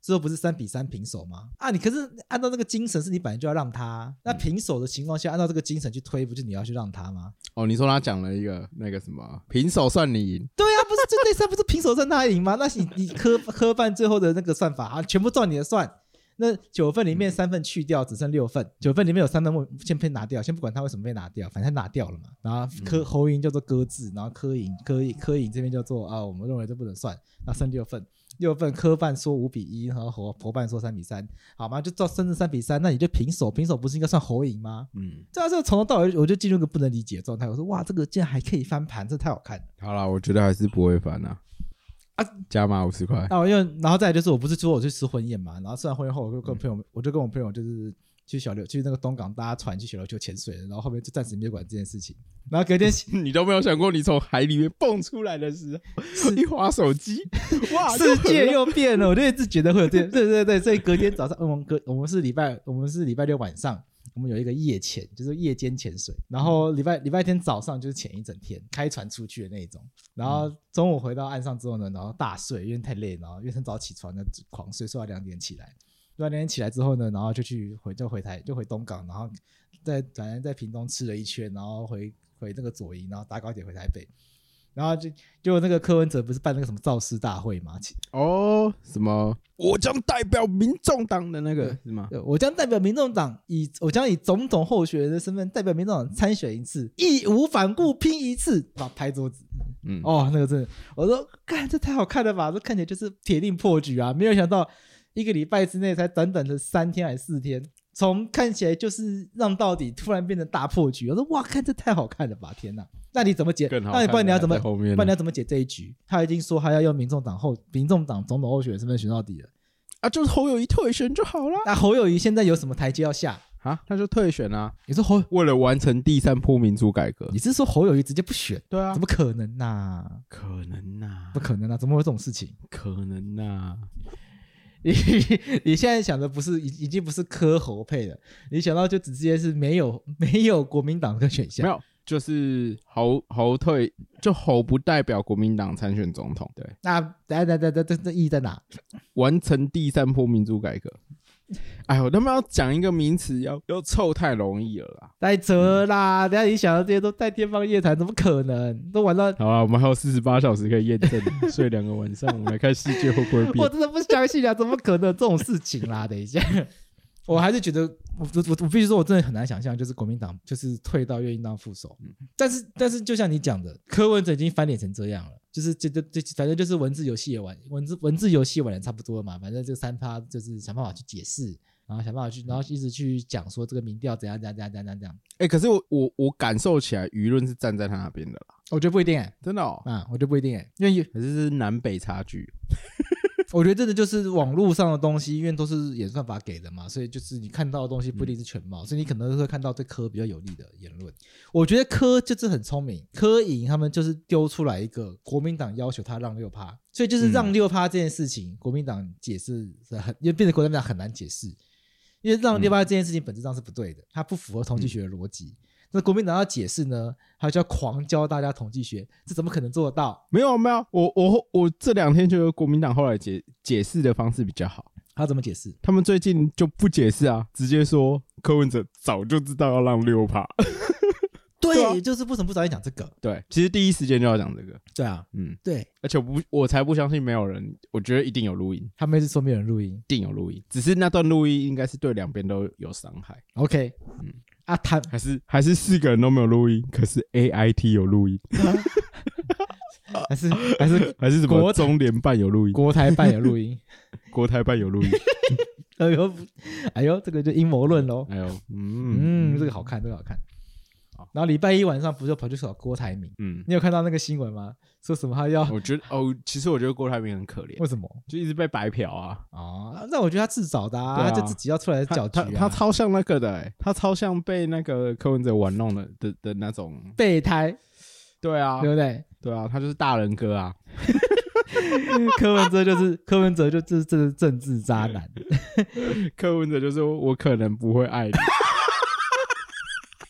最后不是三比三平手吗？啊，你可是按照那个精神是你本来就要让他，那平手的情况下按照这个精神去推，不就你要去让他吗？ 哦，你说他讲了一个那个什么平手算你赢？ 对啊，不是这内三不是平手算他赢吗？那你你科科办最后的那个算法啊，全部照你的算。那九份里面三份去掉，只剩六份。九份里面有三份先被拿掉，先不管他为什么被拿掉，反正他拿掉了嘛。然后科侯赢叫做搁置，然后科赢科科赢这边叫做啊，我们认为这不能算，那剩六份。六份科办说五比一，然后侯侯办说三比三，好吗？就照甚至三比三，那你就平手，平手不是应该算侯赢吗？嗯，这样这个从头到尾我就进入一个不能理解的状态。我说哇，这个竟然还可以翻盘，这太好看了。 好啦，我觉得还是不会翻啊。啊，加码五十块。 那我因为然后再来就是我不是说我去吃婚宴嘛，然后吃完婚宴后我就跟朋友，嗯、我就跟我朋友就是去小琉去那个东港搭船去小琉球潜水，然后后面就暂时没有管这件事情。然后隔天你都没有想过你从海里面蹦出来的时候，一滑手机，哇， 世界又变了。我就一直觉得会有这，对对对，所以隔天早上，我们隔我们是礼拜我们是礼拜六晚上。我们有一个夜潜，就是夜间潜水，然后礼拜礼拜天早上就是潜一整天，开船出去的那一种。然后中午回到岸上之后呢，然后大睡，因为太累，然后因为很早起床，那狂睡，睡到两点起来。睡到两点起来之后呢，然后就去回就回台就回东港，然后在反正在屏东吃了一圈，然后回回那个左营，然后搭高铁回台北。然后就就那个柯文哲不是办那个什么造势大会吗？ 哦，什么我将代表民众党的那个是吗？ 我将代表民众党，以我将以总统候选人的身份代表民众党参选一次，义无反顾拼一次，把拍桌子。嗯，哦，那个真的，我说，干，这太好看了吧？这看起来就是铁定破局啊！没有想到一个礼拜之内才短短的三天还是四天。从看起来就是让到底，突然变成大破局。我说哇，看这太好看了吧！天哪，那你怎么解？那你不然你要怎么？不然你要怎么解这一局？他已经说他要用民众党后民众党总统候选人身份选到底了啊，就是侯友宜退选就好了。 那侯友宜现在有什么台阶要下啊？他就退选啊！ 你说侯为了完成第三波民主改革， 你是说侯友宜直接不选？ 对啊， 怎么可能啊？ 可能啊？ 不可能啊！怎么会有这种事情？ 可能啊！ 你你现在想的不是已已经不是柯侯配了，你想到就直接是没有没有国民党的选项， 没有，就是侯侯退，就侯不代表国民党参选总统。对， 那等等等等等，这意义在哪？ 完成第三波民主改革。哎呦，他们要讲一个名词，要要凑太容易了啦， 太扯啦！等一下你想的这些都太天方夜谭，怎么可能？都玩到好啊，我们还有四十八小时可以验证，睡两个晚上，我们来看世界会不会变。 我真的不相信啊，怎么可能这种事情啦？等一下，我还是觉得，我我我必须说，我真的很难想象，就是国民党就是退到愿意当副手。嗯、但是但是，就像你讲的，柯文哲已经翻脸成这样了。就是这这这，反正就是文字游戏也玩，文字文字游戏玩的差不多了嘛。反正这三趴就是想办法去解释，然后想办法去，然后一直去讲说这个民调怎样怎样怎样怎样怎样。 哎、欸，可是我我我感受起来舆论是站在他那边的啦。 我觉得不一定哎、欸， 真的哦。 啊，我觉得不一定哎、欸，因为可是是南北差距。 我觉得真的就是网络上的东西，因为都是演算法给的嘛，所以就是你看到的东西不一定是全貌，嗯、所以你可能会看到对柯比较有利的言论。我觉得柯就是很聪明，柯颖他们就是丢出来一个国民党要求他让六趴，所以就是让六趴这件事情，嗯、国民党解释是很，因为变成国民党很难解释，因为让六趴这件事情本质上是不对的，它不符合统计学的逻辑。嗯那国民党要解释呢，他就要狂教大家统计学，这怎么可能做得到？ 没有没有，我我我这两天觉得国民党后来解解释的方式比较好。 他怎么解释？ 他们最近就不解释啊，直接说柯文哲早就知道要让六趴。 对，对啊、就是为什么不早点讲这个？ 对，其实第一时间就要讲这个。 对啊，嗯，对， 而且我不，我才不相信没有人，我觉得一定有录音。 他们是说没有人录音， 一定有录音，只是那段录音应该是对两边都有伤害。 OK， 嗯。啊，他还是还是四个人都没有录音，可是 A I T 有录音， 还是还是还是什么中联办有录音， 国台办有录音， 国台办有录音。 哎呦，哎呦，这个就阴谋论喽。 哎呦， 嗯嗯，这个好看，这个好看。然后礼拜一晚上不就跑去找郭台铭？嗯，你有看到那个新闻吗？说什么他要？ 我觉得哦，其实我觉得郭台铭很可怜。 为什么？ 就一直被白嫖啊！ 哦，那我觉得他自找的啊，啊他就自己要出来搅局啊。 他, 他, 他超像那个的、欸，他超像被那个柯文哲玩弄的 的, 的那种备胎。 对啊， 对不对？ 对啊，他就是大人哥啊。 柯文哲就是柯文哲，就这这是政治渣男。 柯文哲就说：“我可能不会爱你。”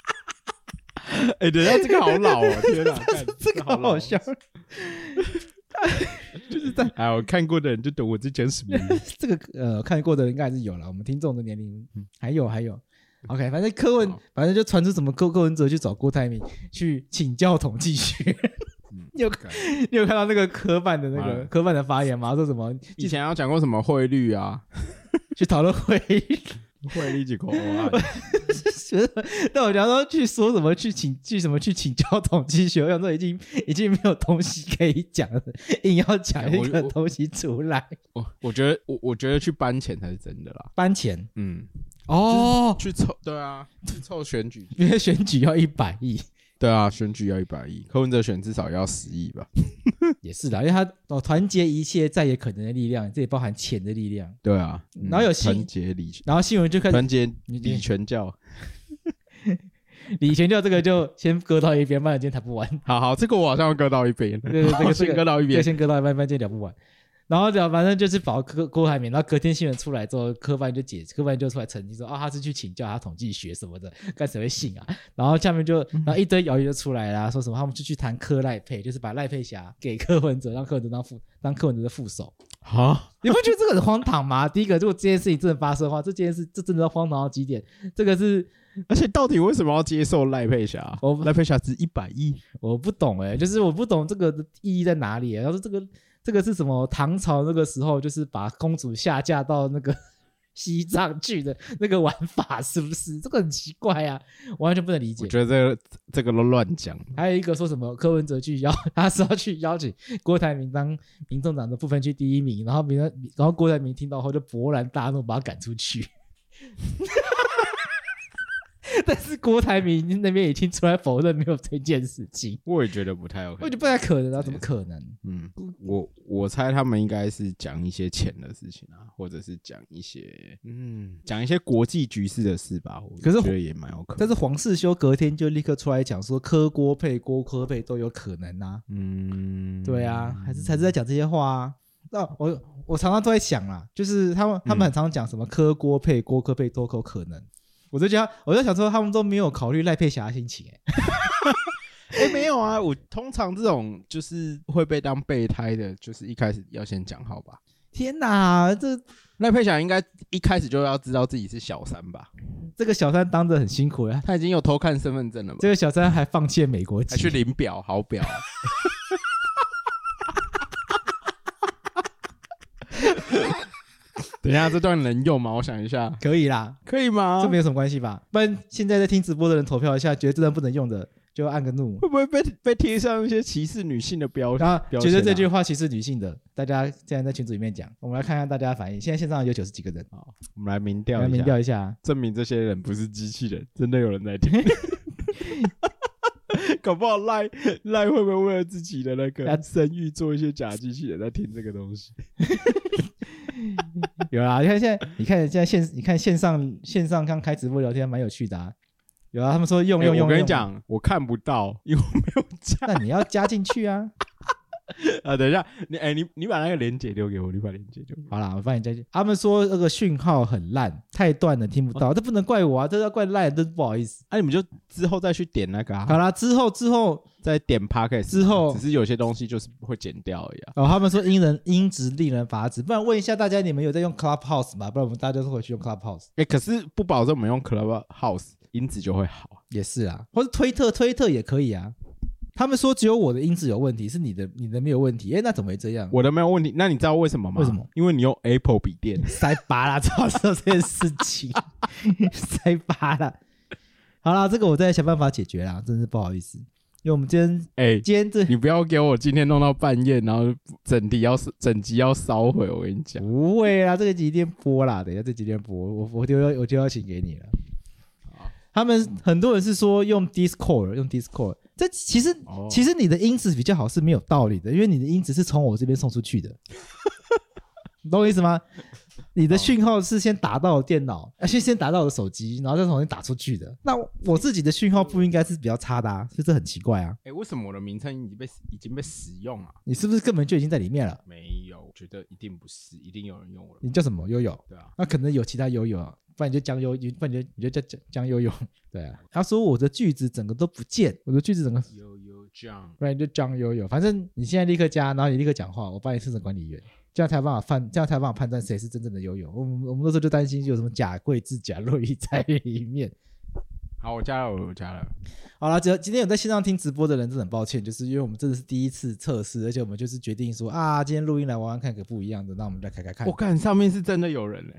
哎、欸，等一下，这个好老哦！天哪， 这个好好笑。 就是在哎，我看过的人就懂我在讲什么。 这个呃看过的人应该还是有了，我们听众的年龄、嗯、还有还有。OK， 反正柯文，反正就传出什么柯柯文哲去找郭台铭去请教统计学。你有你有看到那个科办的那个科办的发言吗？说什么以前要讲过什么汇率啊， 去讨论汇率， 汇率几口啊？ 但我想说去说什么去请去什么去请教统计学，我想说已经已经没有东西可以讲了，硬要讲一个东西出来。 我我, 我觉得我我觉得去搬钱才是真的啦， 搬钱， 嗯。 哦， 去凑对啊，去凑选举， 因为选举要一百亿。 对啊，选举要一百亿，柯文哲选至少要十亿吧。 也是的，因为他哦团结一切再也可能的力量，这也包含钱的力量。 对啊， 嗯、然后有团结李， 然后新闻就开始团结李全教。 李全教这个就先搁到一边，不然今天谈不完。 好好，这个我好像要搁到一边。 对对，这个先搁到一边， 先搁到一边，不然今天聊不完。然后反正就是保柯郭台铭，然后隔天新闻出来之后，柯办就解，柯办就出来澄清说，哦，他是去请教他统计学什么的，干谁会信啊？然后下面就，然后一堆谣言就出来啦，说什么他们就去谈柯赖配，就是把赖佩霞给柯文哲，让柯文哲当副当柯文哲的副手。 啊， 你不觉得这个很荒唐吗？第一个，如果这件事情真的发生的话，这件事这真的要荒唐到极点。这个是， 而且到底为什么要接受赖佩霞？赖佩霞值一百亿， 我不懂哎、欸，就是我不懂这个的意义在哪里、欸。然后说这个。这个是什么？唐朝那个时候就是把公主下嫁到那个西藏去的那个玩法，是不是？这个很奇怪啊，我完全不能理解。 我觉得这个这个都乱讲。 还有一个说什么柯文哲去邀，他是要去邀请郭台铭当民众党的不分区第一名，然后民然后郭台铭听到后就勃然大怒，把他赶出去。但是郭台铭那边已经出来否认没有这件事情， 我也觉得不太 OK， 我觉得不太可能啊，怎么可能？ 嗯，我我猜他们应该是讲一些钱的事情啊，或者是讲一些嗯讲一些国际局势的事吧。我觉得也蛮有可能。 但是黄世修隔天就立刻出来讲说，柯郭配郭柯配都有可能啊。嗯，对啊，还是还是在讲这些话啊。那我我常常都在想啦，就是他们他们很常讲什么柯郭配郭柯配都有可能。我就觉得，我就想说，他们都没有考虑赖佩霞的心情、欸， 哎、欸，没有啊，我通常这种就是会被当备胎的，就是一开始要先讲好吧。 天哪，这赖佩霞应该一开始就要知道自己是小三吧？ 这个小三当得很辛苦呀， 他已经有偷看身份证了吧？ 这个小三还放弃了美国籍， 还去领表，好表、啊。等一下，这段能用吗？我想一下， 可以啦， 可以吗？ 这没有什么关系吧？不然现在在听直播的人投票一下，觉得这段不能用的，就按个怒。 会不会被被贴上一些歧视女性的标签、啊？ 觉得这句话歧视女性的，大家现在在群组里面讲，我们来看看大家的反应。现在线上有九十几个人， 好，我们来民调一下， 来民调一下， 证明这些人不是机器人，真的有人在听。搞不好赖赖会不会为了自己的那个声誉做一些假机器人在听这个东西？ 有啦，你看现在，你看现在线，你看线上线上刚开直播聊天蛮有趣的啊。有啊，他们说用用用、欸， 我跟你讲，我看不到，因为我没有加。 那你要加进去啊。 啊，等一下，你哎、欸，你你把那个连结留给我，你把连结留给我。 好啦，我帮你加进。他们说那个讯号很烂，太断了，听不到。哦、这不能怪我啊，这要怪赖，这不好意思。 那、啊、你们就之后再去点那个啊。 好啦，之后之后再点 podcast 之后， 只是有些东西就是会剪掉而已、啊。 哦，他们说因人音质令人发指，不然问一下大家，你们有在用 Clubhouse 吗？不然我们大家都回去用 Clubhouse。 哎、欸，可是不保证我们用 Clubhouse 音质就会好。 也是啊，或是推特，推特也可以啊。他们说只有我的音质有问题，是你的你的没有问题。哎，那怎么会这样？ 我的没有问题，那你知道为什么吗？ 为什么？ 因为你用 Apple 笔电。 塞巴啦，早知道这件事情，塞巴啦。好啦，这个我再想办法解决啦，真是不好意思。因为我们今天， 哎、欸， 今天这你不要给我今天弄到半夜，然后整体要整集要烧毁。我跟你讲， 不会啦，这个几天播啦，等一下这几天播，我我就要我就要请给你了。他们很多人是说用 Discord， 用 Discord， 这其实、哦、其实你的音质比较好是没有道理的，因为你的音质是从我这边送出去的，你懂我意思吗？你的讯号是先打到我电脑，先先打到我的手机，然后再重新打出去的。那我自己的讯号不应该是比较差的啊，所以这很奇怪啊。 哎、欸，为什么我的名称已经被已经被使用了？ 你是不是根本就已经在里面了？ 没有，我觉得一定不是，一定有人用我的。 你叫什么？悠悠？ 对啊， 那可能有其他悠悠啊。不然你就江悠，不然你就你就叫江悠悠，对啊。他说我的句子整个都不见，我的句子整个悠悠 John， 不然就 John 悠悠，反正你现在立刻加，然后你立刻讲话，我把你设成管理员，这样才有办法判，这样才有办法判断谁是真正的悠悠。我们我们那时候就担心有什么假贵自假洛伊在里面。 好，我加了，我加了。 好了，今天有在线上听直播的人真的很抱歉，就是因为我们真的是第一次测试，而且我们就是决定说啊，今天录音来玩玩看个不一样的，那我们再开开看。 我看上面是真的有人嘞。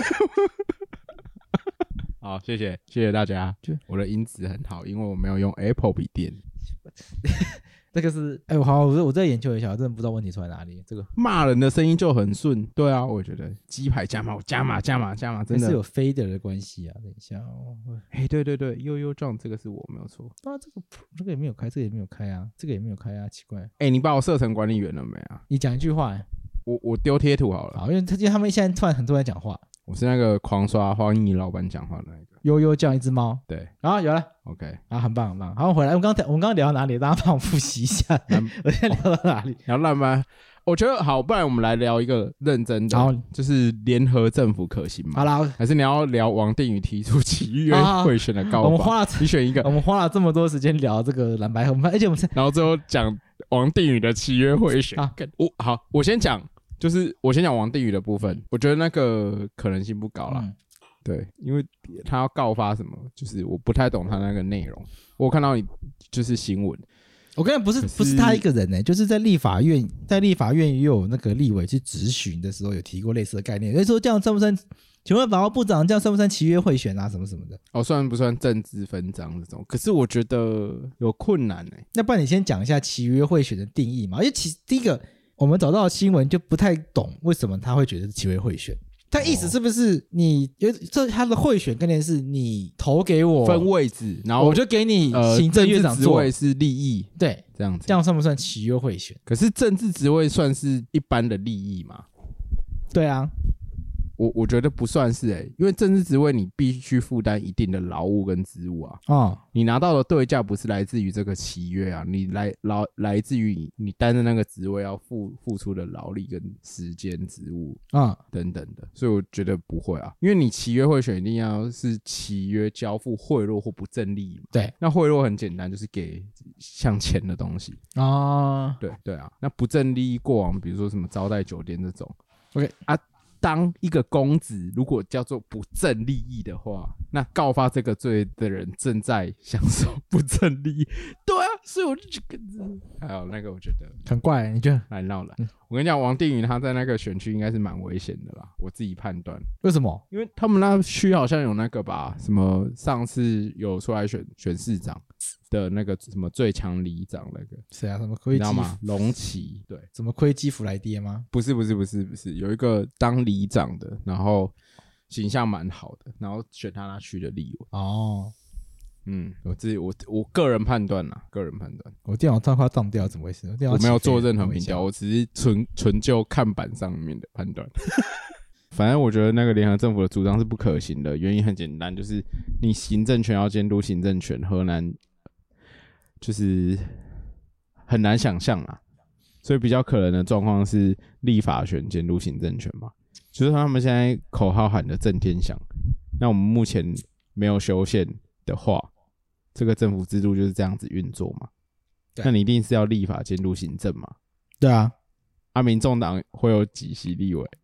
好，谢谢谢谢大家。我的音质很好，因为我没有用 Apple 笔电。 这个是，哎、欸，好，我我再研究一下，我真的不知道问题出在哪里。这个骂人的声音就很顺，对啊，我觉得鸡排加码，加码加码加码，真的是有 fader 的关系啊。等一下哦， 哎，对对对，悠悠撞这个是我没有错。 啊，这个这个也没有开，这个也没有开啊，这个也没有开啊，奇怪。 哎，你把我设成管理员了没啊？ 你讲一句话、欸， 我我丢贴图好了。 好，因为他因为他们现在突然很多人讲话。 我是那个狂刷黄奕老板讲话的那个悠悠叫一只猫， 对， 然后有了 ，OK， 啊，很棒很棒。好，回来，我们刚我们刚刚聊到哪里？大家帮我复习一下。我现在聊到哪里？ 聊烂吗？我觉得好，不然我们来聊一个认真的， 好， 就是联合政府可行吗？ 好啦， 还是你要聊王定宇提出契约贿选的告法？ 我们花了， 你选一个。 我们花了这么多时间聊这个蓝白合，而且我们然后最后讲王定宇的契约贿选。 啊， 我好，我先讲。就是我先讲王定宇的部分，我觉得那个可能性不高啦、嗯、对，因为他要告发什么，就是我不太懂他那个内容。我有看到你就是新闻， 我跟你讲不是不是他一个人呢、欸，就是在立法院，在立法院也有那个立委去质询的时候有提过类似的概念，所以说这样算不算？请问法务部长这样算不算契约贿选啊？什么什么的？ 哦，算不算政治分赃这种？可是我觉得有困难哎、欸。 那不然你先讲一下契约贿选的定义嘛？因为其第一个。我们找到的新闻就不太懂为什么他会觉得是契约贿选，他意思是不是你这他的贿选概念是你投给我分位置，然后我就给你行政院长做， 呃、政治职位是利益， 对， 这样子， 这样算不算契约贿选？ 可是政治职位算是一般的利益吗？ 对啊。 我我觉得不算是哎、欸，因为政治职位你必须负担一定的劳务跟职务啊。哦，你拿到的对价不是来自于这个契约啊，你来劳来自于你担任那个职位要付付出的劳力跟时间、职务啊等等的，所以我觉得不会啊，因为你契约贿选一定要是契约交付贿赂或不正利益嘛。对，那贿赂很简单，就是给像钱的东西啊、哦。对对啊，那不正利益过往，比如说什么招待酒店这种 ，OK 啊。当一个公职如果叫做不正利益的话，那告发这个罪的人正在享受不正利益。对啊，所以我就觉得还有那个我觉得很怪，你觉得来闹了、嗯、我跟你讲，王定宇他在那个选区应该是蛮危险的啦，我自己判断。 为什么？ 因为他们那区好像有那个吧，什么上次有出来选选市长的那个什么最强里长那个谁啊？什么亏基？ 你知道吗？龙崎，对， 什么亏基福来爹吗？ 不是不是不是不是，有一个当里长的，然后形象蛮好的，然后选他那区的立委。哦，嗯，我自己我我个人判断啦，个人判断。 我电脑账快当掉，怎么回事？我, 我没有做任何民调，我只是纯纯就看板上面的判断。反正我觉得那个联合政府的主张是不可行的，原因很简单，就是你行政权要监督行政权，河南就是很难想象啦，所以比较可能的状况是立法权监督行政权嘛，就是他们现在口号喊的震天响，那我们目前没有修宪的话，这个政府制度就是这样子运作嘛，那你一定是要立法监督行政嘛， 对啊， 啊，民众党会有几席立委？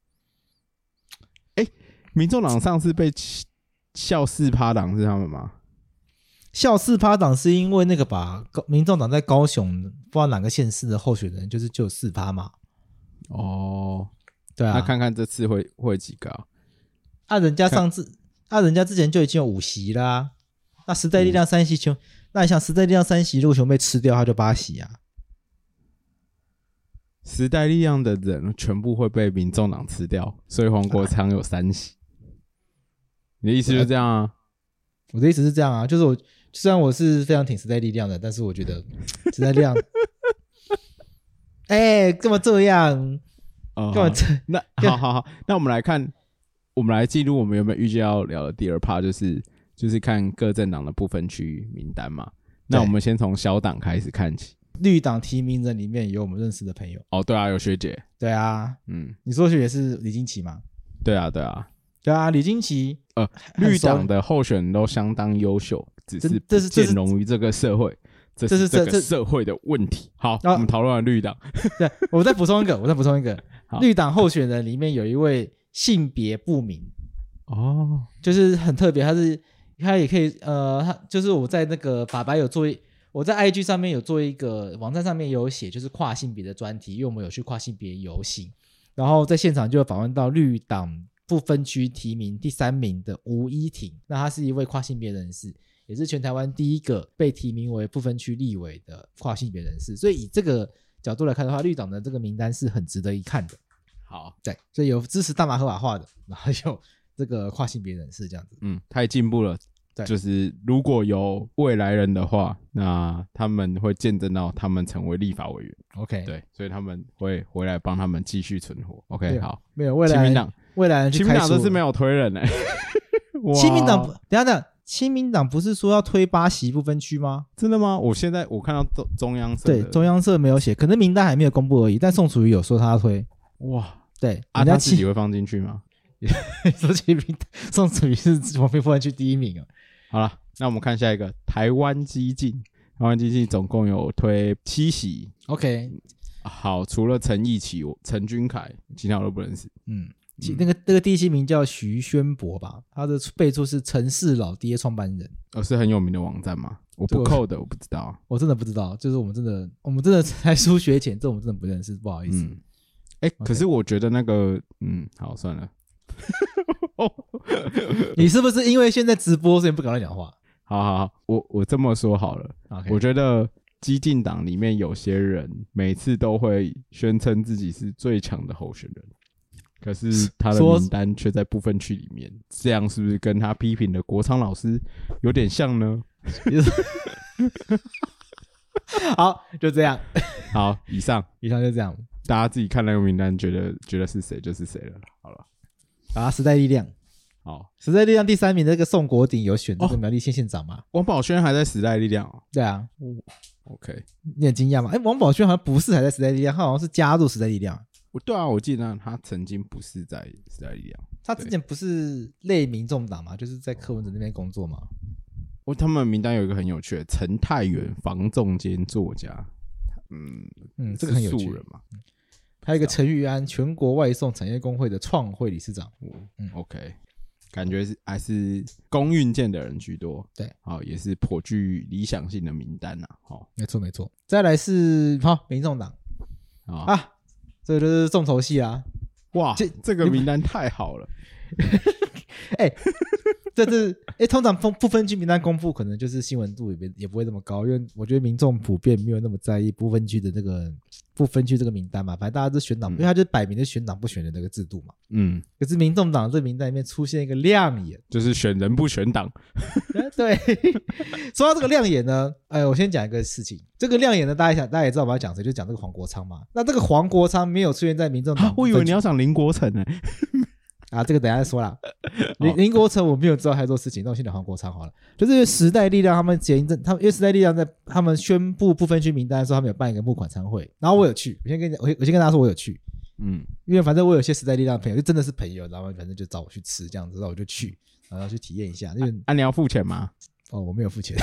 哎，民众党上次被笑四趴党是他们吗？ 笑四趴党是因为那个吧，民众党在高雄不知道哪个县市的候选人就是就有四趴嘛。哦，对啊， 那看看这次会会几个啊？ 啊，人家上次啊，人家之前就已经有五席啦、啊。那时代力量三席全，嗯、那你想时代力量三席如果全被吃掉，他就八席啊。 时代力量的人全部会被民众党吃掉，所以黄国昌有三席。你的意思就是这样啊？ 我的意思是这样啊，就是我虽然我是非常挺时代力量的，但是我觉得时代力量，哎、欸，干嘛这样？ 哦，干嘛这？那好好好，那我们来看，我们来记录我们有没有预计要聊的第二 part， 就是就是看各政党的不分区名单嘛。那我们先从小党开始看起。 绿党提名人里面有我们认识的朋友哦，对啊，有学姐， 对啊，嗯，你说学姐是李金奇吗？ 对啊，对啊， 对啊，李金奇， 呃，绿党的候选人都相当优秀，只是不见容于这个社会。 这是这个社会的问题。好，啊、我们讨论完绿党， 对，我再补充一个，我再补充一个，绿党候选人里面有一位性别不明，哦，就是很特别，他是他也可以，呃，他就是我在那个法白有做一。我在 I G 上面有做一个网站上面有写就是跨性别的专题，因为我们有去跨性别游行，然后在现场就有访问到绿党不分区提名第三名的吴依婷，那她是一位跨性别人士，也是全台湾第一个被提名为不分区立委的跨性别人士，所以以这个角度来看的话，绿党的这个名单是很值得一看的。 好， 对，所以有支持大麻合法化的，然后有这个跨性别人士这样子， 嗯，太进步了。就是如果有未来人的话，那他们会见证到他们成为立法委员。 OK， 对，所以他们会回来帮他们继续存活。OK， 好， 没有未来，亲民党，未来人去亲民党这次没有推人哎、欸。 亲民党，等一下等一下，亲民党不是说要推八席不分区吗？ 真的吗？我现在我看到中央社， 对，中央社没有写，可能名单还没有公布而已。但宋楚瑜有说他要推。 哇， 对， 啊，他自己会放进去吗？ 说亲民党，宋楚瑜是不分区第一名啊。 好了。那我们看下一个台湾基进，台湾基进总共有推七席 ，OK， 好，除了陈义起、陈君凯，其他我都不认识。 嗯，嗯那个那个第七名叫徐宣博吧，他的备注是城市老爹创办人， 哦，是很有名的网站吗？我不扣的，我不知道， 我真的不知道，就是我们真的我们真的才疏学浅，这我们真的不认识，不好意思。 嗯，哎、欸， okay. 可是我觉得那个，嗯，好，算了。 你是不是因为现在直播所以不敢乱讲话？ 好好好，我我这么说好了， okay. 我觉得基进党里面有些人每次都会宣称自己是最强的候选人，可是他的名单却在不分区里面，这样是不是跟他批评的国昌老师有点像呢？ 好，就这样。 好，以上以上就这样， 大家自己看那个名单，觉得觉得是谁就是谁了。好了， 啊，时代力量。 好， 时代力量第三名的那个宋国鼎有选这个苗栗县县长吗？ 王宝轩还在时代力量哦。 对啊、 哦、，OK， 你很惊讶吗？哎，王宝轩好像不是还在时代力量，他好像是加入时代力量。 对啊，我记得他曾经不是在时代力量， 他之前不是类民众党嘛，就是在柯文哲那边工作嘛。 哦，他们名单有一个很有趣的陈泰元，房仲兼作家，嗯嗯，这个很有趣嘛。还有一个陈玉安，全国外送产业工会的创会理事长。 嗯 ，OK。感觉是还是公运件的人居多， 对， 好，也是颇具理想性的名单呐、啊，好， 没错没错。再来是好民众党啊，这个就是重头戏啊， 哇，这这个名单太好了， 哎、欸，这是哎、欸，通常不分区名单公布，可能就是新闻度也也不会那么高，因为我觉得民众普遍没有那么在意不分区的这个不分区这个名单嘛，反正大家都选党、嗯，因为他就摆明的选党不选人的那个制度嘛。嗯，可是民众党这名单里面出现一个亮眼， 就是选人不选党。 对，说到这个亮眼呢，哎，我先讲一个事情，这个亮眼呢，大家想大家也知道我要讲谁，就讲这个黄国昌嘛。那这个黄国昌没有出现在民众党、啊， 我以为你要讲林国成呢、欸。 啊，这个等一下再说啦。林林国成我没有知道太多事情，那我先讲黄国昌好了。就是时代力量他们前一阵，他们因为时代力量在他们宣布不分区名单的时候，他们有办一个募款餐会，然后我有去。我先跟你我我先跟大家说我有去，嗯，因为反正我有些时代力量的朋友就真的是朋友，然后反正就找我去吃这样子，然后我就去，然后去体验一下。因为啊，你要付钱吗？ 哦，我没有付钱。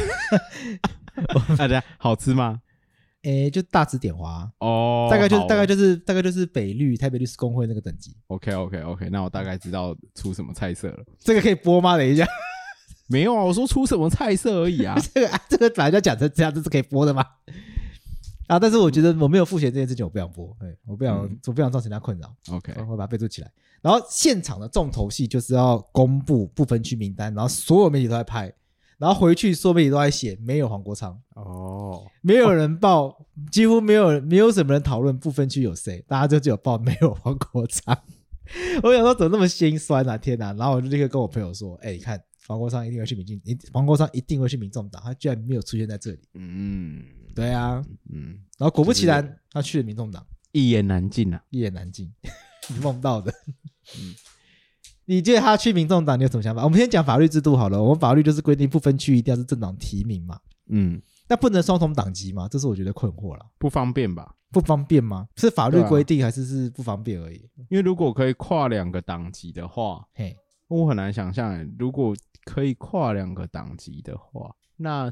大家好吃吗？ 诶，就大直点滑哦， 大概就是大概就是大概就是北律台北律师公会那个等级。 OK OK OK， 那我大概知道出什么菜色了。 这个可以播吗？等一下， 没有啊，我说出什么菜色而已啊。 这个、啊、这个本来就讲成这样，这是可以播的吗？啊，但是我觉得我没有付钱这件事情，我不想播，对，我不想、嗯，我不想造成人家困扰。 OK， 我把它备注起来。然后现场的重头戏就是要公布不分区名单，然后所有媒体都在拍。然后回去所有媒体都在写没有黄国昌哦，没有人报、哦、几乎没有没有什么人讨论不分区有谁，大家就只有报没有黄国昌。我想说怎么那么心酸啊，天哪！然后我就立刻跟我朋友说，哎、欸，你看黄国昌一定会去民进，黄国昌一定会去民众党，他居然没有出现在这里。嗯，对啊，嗯，然后果不其然、就是、他去了民众党， 一言难尽啊， 一言难尽，你梦到的。嗯，你觉得他去民众党你有什么想法？我们先讲法律制度好了，我们法律就是规定不分区一定要是政党提名嘛，嗯，那不能双重党籍吗？这是我觉得困惑啦。 不方便吧？ 不方便吗？是法律规定还是是不方便而已？ 因为如果可以跨两个党籍的话，嘿，我很难想象，如果可以跨两个党籍的话，那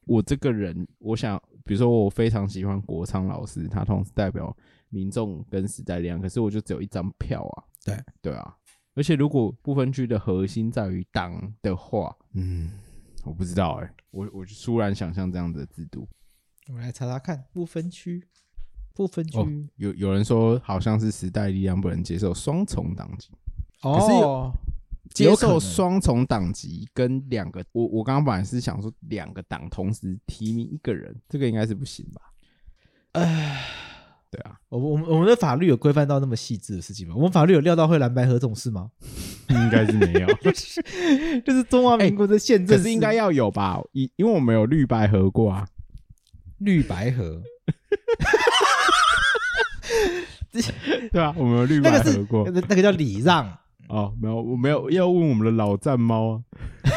我这个人，我想，比如说我非常喜欢国昌老师，他同时代表民众跟时代力量，可是我就只有一张票啊。 对对啊，而且如果不分区的核心在于党的话，嗯，我不知道哎、欸，我我就突然想象这样子的制度。 我们来查查看不分区，不分区、 哦、有有人说好像是时代力量不能接受双重党籍， 哦， 可是有接受双重党籍跟两个，我我刚刚本来是想说两个党同时提名一个人，这个应该是不行吧？唉。对啊， 我我们我们的法律有规范到那么细致的事情吗？我们法律有料到会蓝白合这种事吗？ 应该是没有， 就是中华民国的宪政、 欸，可是应该要有吧？因因为我们有绿白合过啊， 绿白合， 对啊，我们有绿白合过， 那个, 那个叫礼让哦，没有，我没有要问我们的老战猫啊。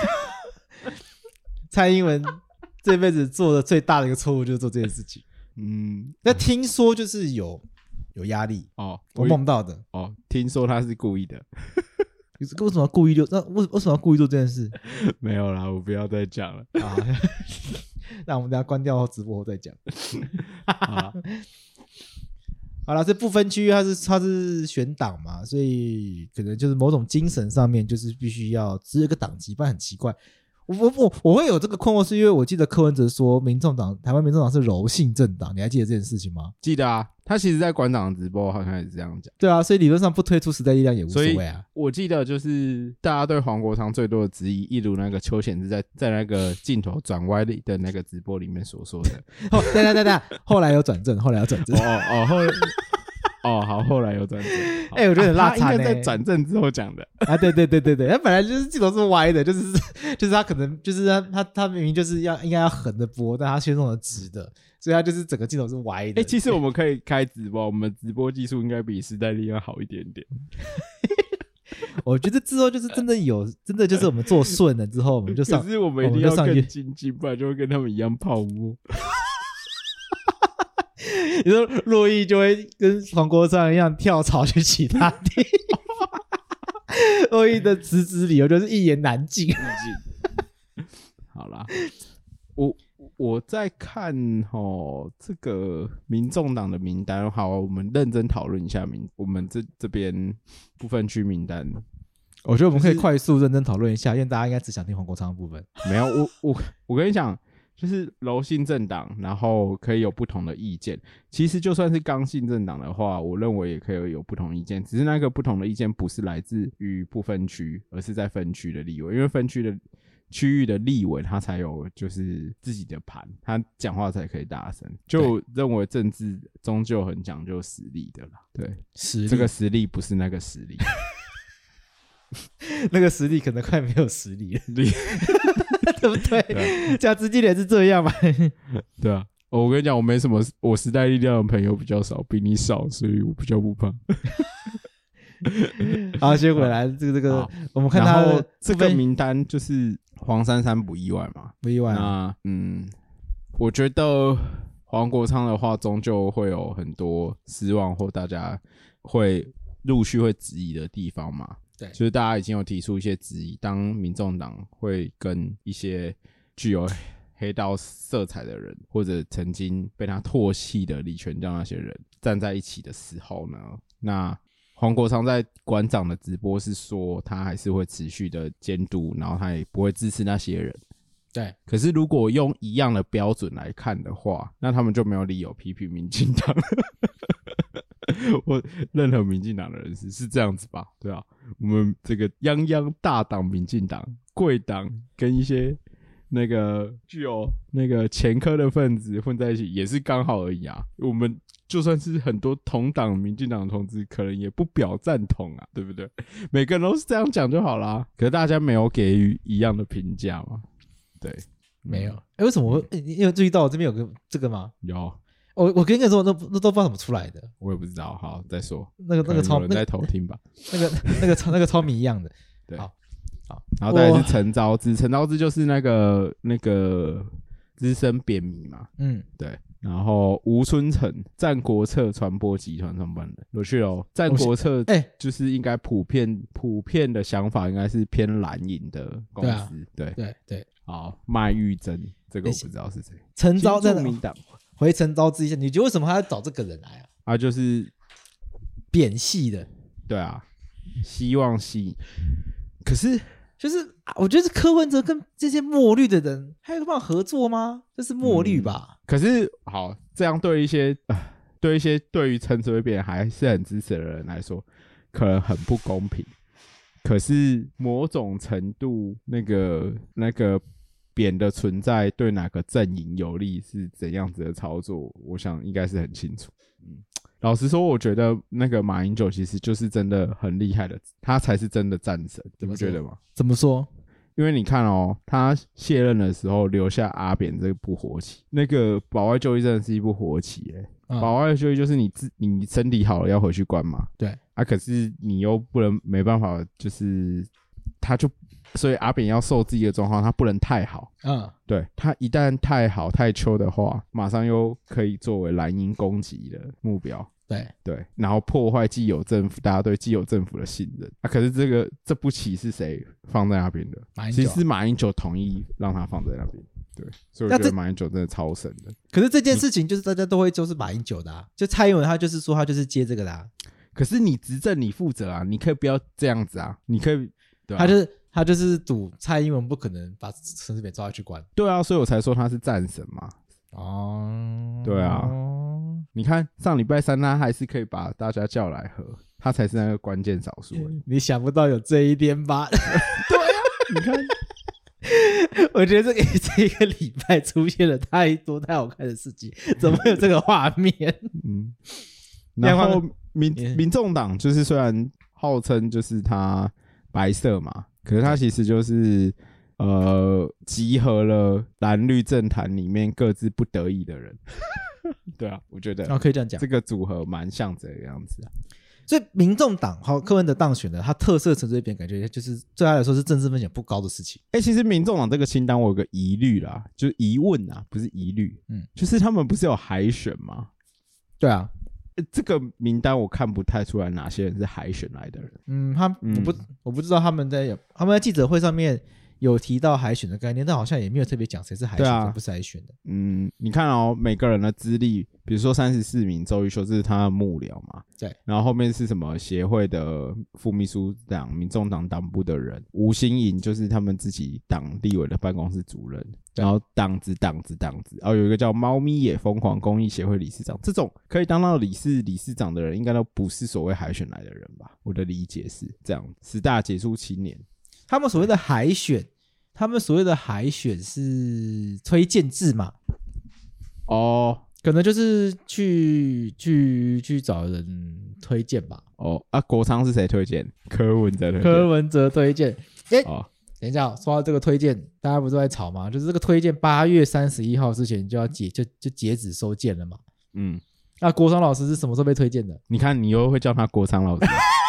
蔡英文这辈子做的最大的一个错误就是做这件事情。嗯，那听说就是有有压力哦，我梦到的哦，听说他是故意的， 为什么要故意就那为为什么要故意做这件事？ 没有啦，我不要再讲了啊， 那我们等一下关掉后直播后再讲。好, 好了，这不分区它是它是选党嘛，所以可能就是某种精神上面就是必须要只有一个党籍，不然很奇怪。我我我我会有这个困惑，是因为我记得柯文哲说，民众党台湾民众党是柔性政党，你还记得这件事情吗？ 记得啊，他其实在馆长的直播好像也是这样讲。 对啊，所以理论上不推出时代力量也无所谓啊。 我记得就是大家对黄国昌最多的质疑，一如那个邱显智在在那个镜头转歪的那个直播里面所说的。 哦，对对对对，后来有转正，后来有转正。 哦哦后来。哦，好，后来有转正。 哎、欸，我觉得很拉惨、欸啊、 他应该在转正之后讲的啊，对对对对对，他本来就是镜头是歪的，就是就是他可能就是他他他明明就是要应该要横的播，但他却弄的直的，所以他就是整个镜头是歪的。 哎、欸，其实我们可以开直播，我们直播技术应该比时代力量好一点点。 我觉得之后就是真的有，真的就是我们做顺了之后，我们就上。 可是我们一定要更精进，不然就会跟他们一样泡沫。 你说洛毅就会跟黄国昌一样跳槽去其他地方，洛毅的辞职理由就是一言难尽。 好啦，我我在看齁这个民众党的名单，好，我们认真讨论一下民我们这这边不分区名单。 我觉得我们可以快速认真讨论一下，因为大家应该只想听黄国昌的部分。 没有，我我我跟你讲。就是柔性政党，然后可以有不同的意见。其实就算是刚性政党的话，我认为也可以有不同意见，只是那个不同的意见不是来自于不分区，而是在分区的立委，因为分区的区域的立委他才有就是自己的盘，他讲话才可以大声。就认为政治终究很讲究实力的啦，对， 实力这个实力不是那个实力。 那个实力可能快没有实力了，对不对？对价值基点是这样嘛？ 对啊，我跟你讲，我没什么，我时代力量的朋友比较少，比你少，所以我比较不怕。 好，先回来，这个这个，我们看他这个名单就是黄珊珊不意外嘛？ 不意外、啊。 那嗯，我觉得黄国昌的话，终究会有很多失望或大家会陆续会质疑的地方嘛。 对， 就是大家已经有提出一些质疑，当民众党会跟一些具有黑道色彩的人，或者曾经被他唾弃的李全教那些人站在一起的时候呢，那黄国昌在馆长的直播是说，他还是会持续的监督，然后他也不会支持那些人。 对， 可是如果用一样的标准来看的话，那他们就没有理由批评民进党。或任何民进党的人士是这样子吧？对啊，我们这个泱泱大党民进党贵党跟一些那个具有那个前科的分子混在一起，也是刚好而已啊。我们就算是很多同党民进党的同志，可能也不表赞同啊，对不对？每个人都是这样讲就好啦。可是大家没有给予一样的评价嘛？对， 没有。哎、欸，为什么我？欸、你有注意到我这边有个这个吗？ 有。 我我跟你说，那那都不知道怎么出来的， 我也不知道。好，再说。 那个那个超， 有人在偷听吧？ 那个那个超那个超迷一样的。 对， 好，好， 然后再来是陈昭之，陈昭之就是那个那个资深扁迷嘛。嗯，对。 然后吴春成，战国策传播集团创办人，有趣哦。战国策哎，就是应该普遍普遍的想法应该是偏蓝营的公司，对、啊、对 对, 对。好，麦玉珍，这个我不知道是谁。 陈昭在民党回陈昭之一下，你觉得为什么他要找这个人来啊？ 啊，就是扁系的， 对啊，希望系。可是就是我觉得柯文哲跟这些墨绿的人还有办法合作吗？这是墨绿吧、嗯、 可是好，这样对一些、呃、对一些对于陈水扁还是很支持的人来说可能很不公平，可是某种程度那个那个扁的存在对哪个阵营有利是怎样子的操作，我想应该是很清楚。嗯，老实说我觉得那个马英九其实就是真的很厉害的，他才是真的战神，你不觉得吗？ 怎么说？ 因为你看哦，他卸任的时候留下阿扁这部活棋，那个保外就医真的是一部活棋耶、欸。保外就医就是你自你身体好了要回去关嘛， 对啊，可是你又不能没办法，就是他就所以阿扁要受自己的状况，他不能太好，嗯，对，他一旦太好太秋的话，马上又可以作为蓝营攻击的目标。 对对，然后破坏既有政府，大家对既有政府的信任啊。可是这个这步棋是谁放在那边的？ 马英九， 其实是马英九同意让他放在那边。对，所以我觉得马英九真的超神的。 可是这件事情就是大家都会就是马英九的啊，就蔡英文他就是说他就是接这个的啊。 可是你执政你负责啊，你可以不要这样子啊，你可以，对吧、啊？ 他就是他就是赌蔡英文不可能把陈水扁抓去关。 对啊，所以我才说他是战神嘛。 哦， 对啊，你看上礼拜三他还是可以把大家叫来喝，他才是那个关键少数。 你想不到有这一天吧？ 对啊，你看， 我觉得这个这一个礼拜出现了太多太好看的事情，怎么会有这个画面？嗯， 然后民民众党就是虽然号称就是他白色嘛，可是他其实就是。呃，集合了蓝绿政坛里面各自不得已的人，对啊，我觉得、 哦、可以这样讲， 这个组合蛮像这个样子啊。 所以民众党好，柯文哲当选的，他特色陈水扁感觉就是对他来说是政治风险不高的事情。 哎、欸，其实民众党这个清单我有个疑虑啦，就是疑问啊，不是疑虑，嗯，就是他们不是有海选吗？ 对啊。 这个名单我看不太出来哪些人是海选来的人。 嗯，他我不、嗯、我不知道他们在他们在记者会上面。有提到海选的概念，但好像也没有特别讲谁是海选，谁、啊、不是海选的。 嗯，你看哦，每个人的资历，比如说三十四名周玉修，这是他的幕僚嘛？ 对。 然后后面是什么协会的副秘书长、民众党党部的人，吴新颖就是他们自己党立委的办公室主任，然后党子党子党子，然后有一个叫猫咪也疯狂公益协会理事长，这种可以当到理事理事长的人，应该都不是所谓海选来的人吧？我的理解是这样，十大杰出青年。 他们所谓的海选，他们所谓的海选是推荐制嘛？ 哦， 可能就是去去去找人推荐吧。 哦啊，国昌是谁推荐？柯文哲推荐。 柯文哲推荐。哎、欸哦， 等一下，说到这个推荐，大家不是在吵吗？就是这个推荐八月三十一号之前就要截就就截止收件了嘛。嗯，那国昌老师是什么时候被推荐的？ 你看，你又会叫他国昌老师。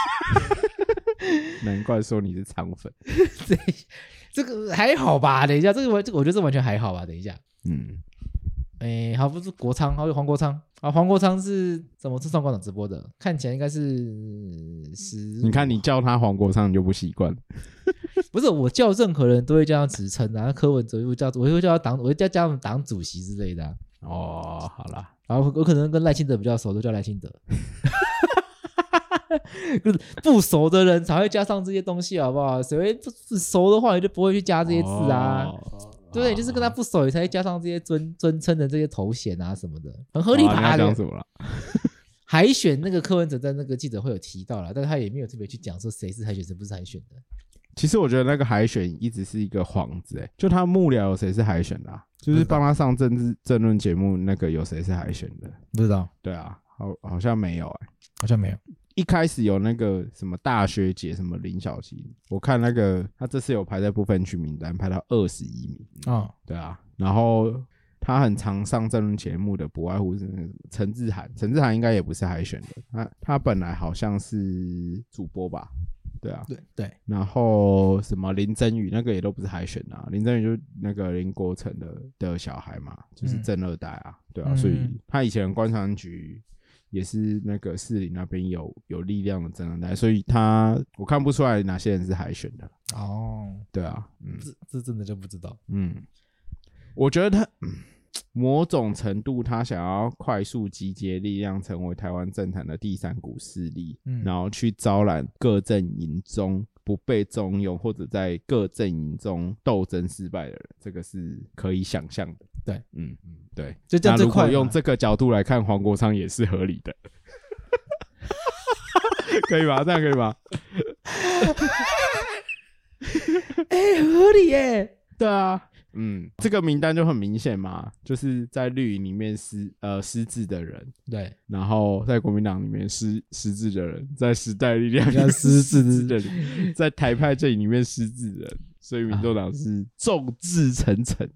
难怪说你是肠粉。 对，这个还好吧？等一下，这个我这个我觉得这完全还好吧？等一下，嗯，哎、欸，好，不是国昌，还有黄国昌啊，黄国昌是怎么是上官长直播的？看起来应该是十。 你看你叫他黄国昌，你就不习惯。 不是，我叫任何人都会叫他职称啊，柯文哲我叫我会叫他党，我会叫叫他们党主席之类的、啊。 哦，好啦， 然后我可能跟赖清德比较熟，都叫赖清德。不熟的人才会加上这些东西，好不好？谁会不熟的话，你就不会去加这些字啊，哦、对不对？就是跟他不熟，你才会加上这些尊尊称的这些头衔啊什么的，很合理吧？ 他讲什么了？ 海选那个柯文哲在那个记者会有提到了，但是他也没有特别去讲说谁是海选，谁不是海选的。 其实我觉得那个海选一直是一个幌子，哎，就他幕僚有谁是海选的、啊？就是帮他上政治政论节目那个有谁是海选的？ 不知道。 对啊，好，好像没有、欸，哎， 好像没有。 一开始有那个什么大学姐，什么林小琪，我看那个他这次有排在不分区名单，排到二十一名。哦，对啊，然后他很常上政论节目的，不外乎是那个陈志涵，陈志涵应该也不是海选的，他他本来好像是主播吧。 对啊， 对对。 然后什么林真宇那个也都不是海选啊，林真宇就那个林国成的的小孩嘛，就是正二代啊，嗯、对啊，所以他以前观察局也是那个士林那边有有力量的正二代，所以他我看不出来哪些人是海选的哦， 对啊，嗯， 这这真的就不知道， 嗯，我觉得他。嗯某种程度，他想要快速集结力量，成为台湾政坛的第三股势力，嗯、然后去招揽各阵营中不被重用或者在各阵营中斗争失败的人，这个是可以想象的。 对， 嗯嗯，对。 就这样， 如果用这个角度来看，黄国昌也是合理的，可以吗？这样可以吗？ 哎、欸，合理耶。 对啊。嗯，这个名单就很明显嘛，就是在绿营里面失呃失智的人， 对， 然后在国民党里面失失智的人，在时代力量里面失智的人，在台派阵营里面失智的人，所以民众党是众志成城。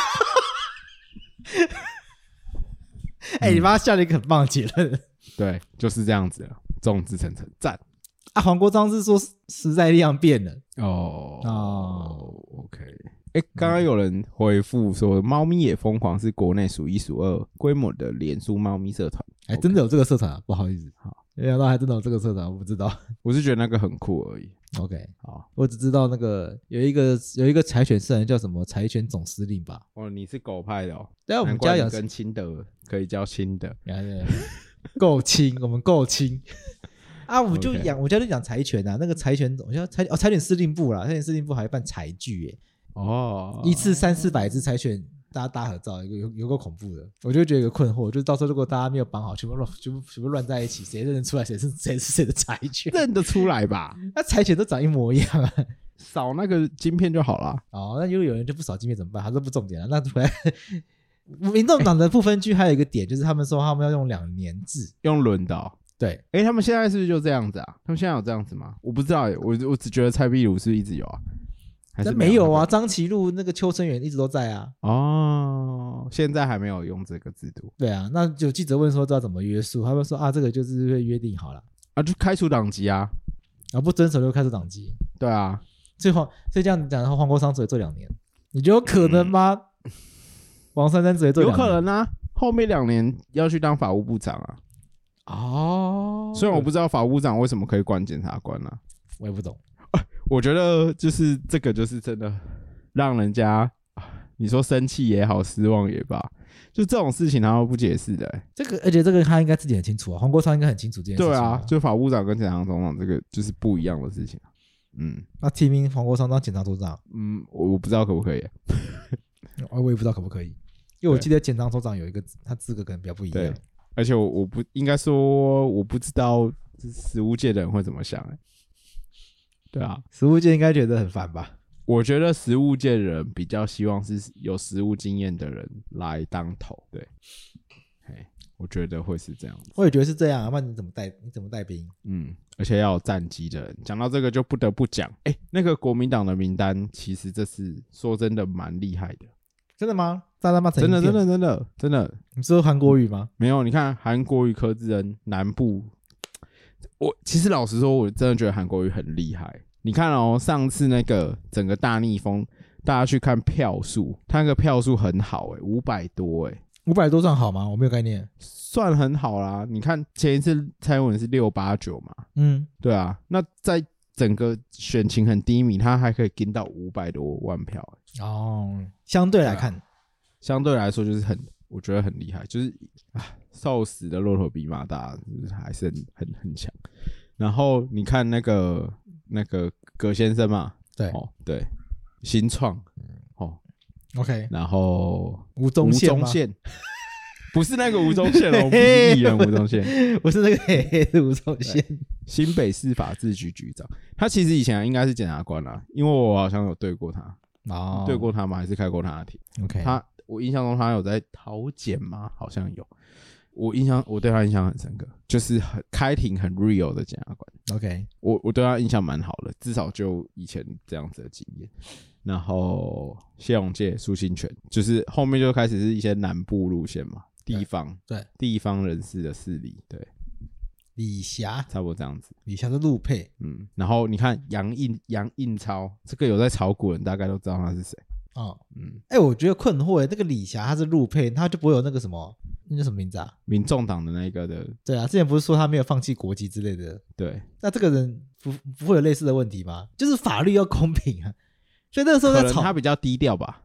哎、欸，你帮他下了一个很棒的结论。 对，就是这样子了，众志成城，赞。 啊，黄国昌是说时代力量变了。 哦哦 ，OK。哎，刚刚有人回复说，猫咪也疯狂是国内数一数二规模的脸书猫咪社团。 哎、欸，真的有这个社团啊？不好意思，好，没想到还真的有这个社团，我不知道。 我是觉得那个很酷而已。 OK， 好， 我只知道那个有一个有一个柴犬社团叫什么柴犬总司令吧？ 哦，你是狗派的哦。 对啊，我们家养跟亲的可以叫亲的， 够亲，我们够亲。啊，我们就养， okay. 我家就养柴犬啊，那个柴犬，我叫柴哦，柴犬司令部啦，柴犬司令部还办柴剧耶，哦，一次三四百只柴犬，大家大合照，有有够恐怖的，我就觉得有个困惑，就是到时候如果大家没有绑好，全部乱全部全部乱在一起，谁认得出来谁是谁是谁的柴犬？ 认得出来吧？ 那柴犬都长一模一样啊， 扫那个晶片就好了。 哦，那如果有人就不扫晶片怎么办？还是不重点了。那回来，民众党的不分区还有一个点，就是他们说他们要用两年制， 用轮的、哦。对，哎，他们现在是不是就这样子啊？他们现在有这样子吗？我不知道耶，我我只觉得蔡壁如是一直有啊，还是没有、那个、没有啊？张其禄那个邱成元一直都在啊。 哦，现在还没有用这个制度。 对啊，那有记者问说知道怎么约束，他们说啊，这个就是会约定好了啊，就开除党籍啊， 啊不遵守就开除党籍。 对啊， 所以黄所以这样讲的话，黄国昌只会做两年，你觉得有可能吗？嗯、王珊珊只会做两年？ 有可能啊，后面两年要去当法务部长啊。哦，虽然我不知道法务部长为什么可以管检察官啊， 我也不懂。 我觉得就是这个，就是真的让人家你说生气也好，失望也罢，就这种事情他都不解释的、欸。 这个，而且这个他应该自己很清楚啊，黄国昌应该很清楚这件事情、啊。 对啊，就法务部长跟检察总长这个就是不一样的事情。嗯， 那提名黄国昌当检察总长， 嗯，我不知道可不可以、欸， 我也不知道可不可以，因为我记得检察总长有一个他资格可能比较不一样。 而且 我, 我不应该说我不知道实务界的人会怎么想、欸、对啊， 实务界应该觉得很烦吧？ 我觉得实务界的人比较希望是有实务经验的人来当头，对，我觉得会是这样子。 我也觉得是这样，不然你怎么带你怎么带兵？ 嗯，而且要有战绩的人。讲到这个就不得不讲，哎，那个国民党的名单其实这次说真的蛮厉害的。 真的吗？真的真的真的真的真的。 你说韩国瑜吗？ 没有，你看韩国瑜、柯志恩南部，我其实老实说，我真的觉得韩国瑜很厉害。你看哦，上次那个整个大逆风，大家去看票数，他那个票数很好哎、欸，五百多哎、欸， 五百多算好吗？我没有概念。 算很好啦。你看前一次蔡英文是六八九嘛，嗯，对啊，那在整个选情很低迷，他还可以跟到五百多万票、欸、 哦，相对来看、啊， 相对来说就是很，我觉得很厉害，就是啊，瘦死的骆驼比马大，就是还是很很很强。然后你看那个那个葛先生嘛， 对， 哦对，新创，哦 ，OK， 然后吴宗宪吗？ 不是那个吴宗宪哦，不是艺人吴宗宪， 不是那个黑黑的吴宗宪。 新北市法制局局长，他其实以前应该是检察官啦，因为我好像有对过他，哦，对过他吗？还是开过他的庭 ？OK， 他我印象中他有在桃检吗？好像有。我印象，我对他印象很深刻，就是很开庭很 real 的检察官。 OK， 我我对他印象蛮好的，至少就以前这样子的经验。然后谢永介、苏清泉，就是后面就开始是一些南部路线嘛，地方对地方人士的势力，对。 李霞差不多这样子。 李霞是陆配， 嗯，然后你看杨印杨印超，这个有在炒股人大概都知道他是谁。 哦，嗯，哎、欸，我觉得困惑哎，那个李霞他是陆配，他就不会有那个什么，那叫什么名字啊？ 民众党的那个的。 对啊，之前不是说他没有放弃国籍之类的？对，那这个人不不会有类似的问题吗？就是法律要公平啊，所以那个时候在吵， 可能他比较低调吧。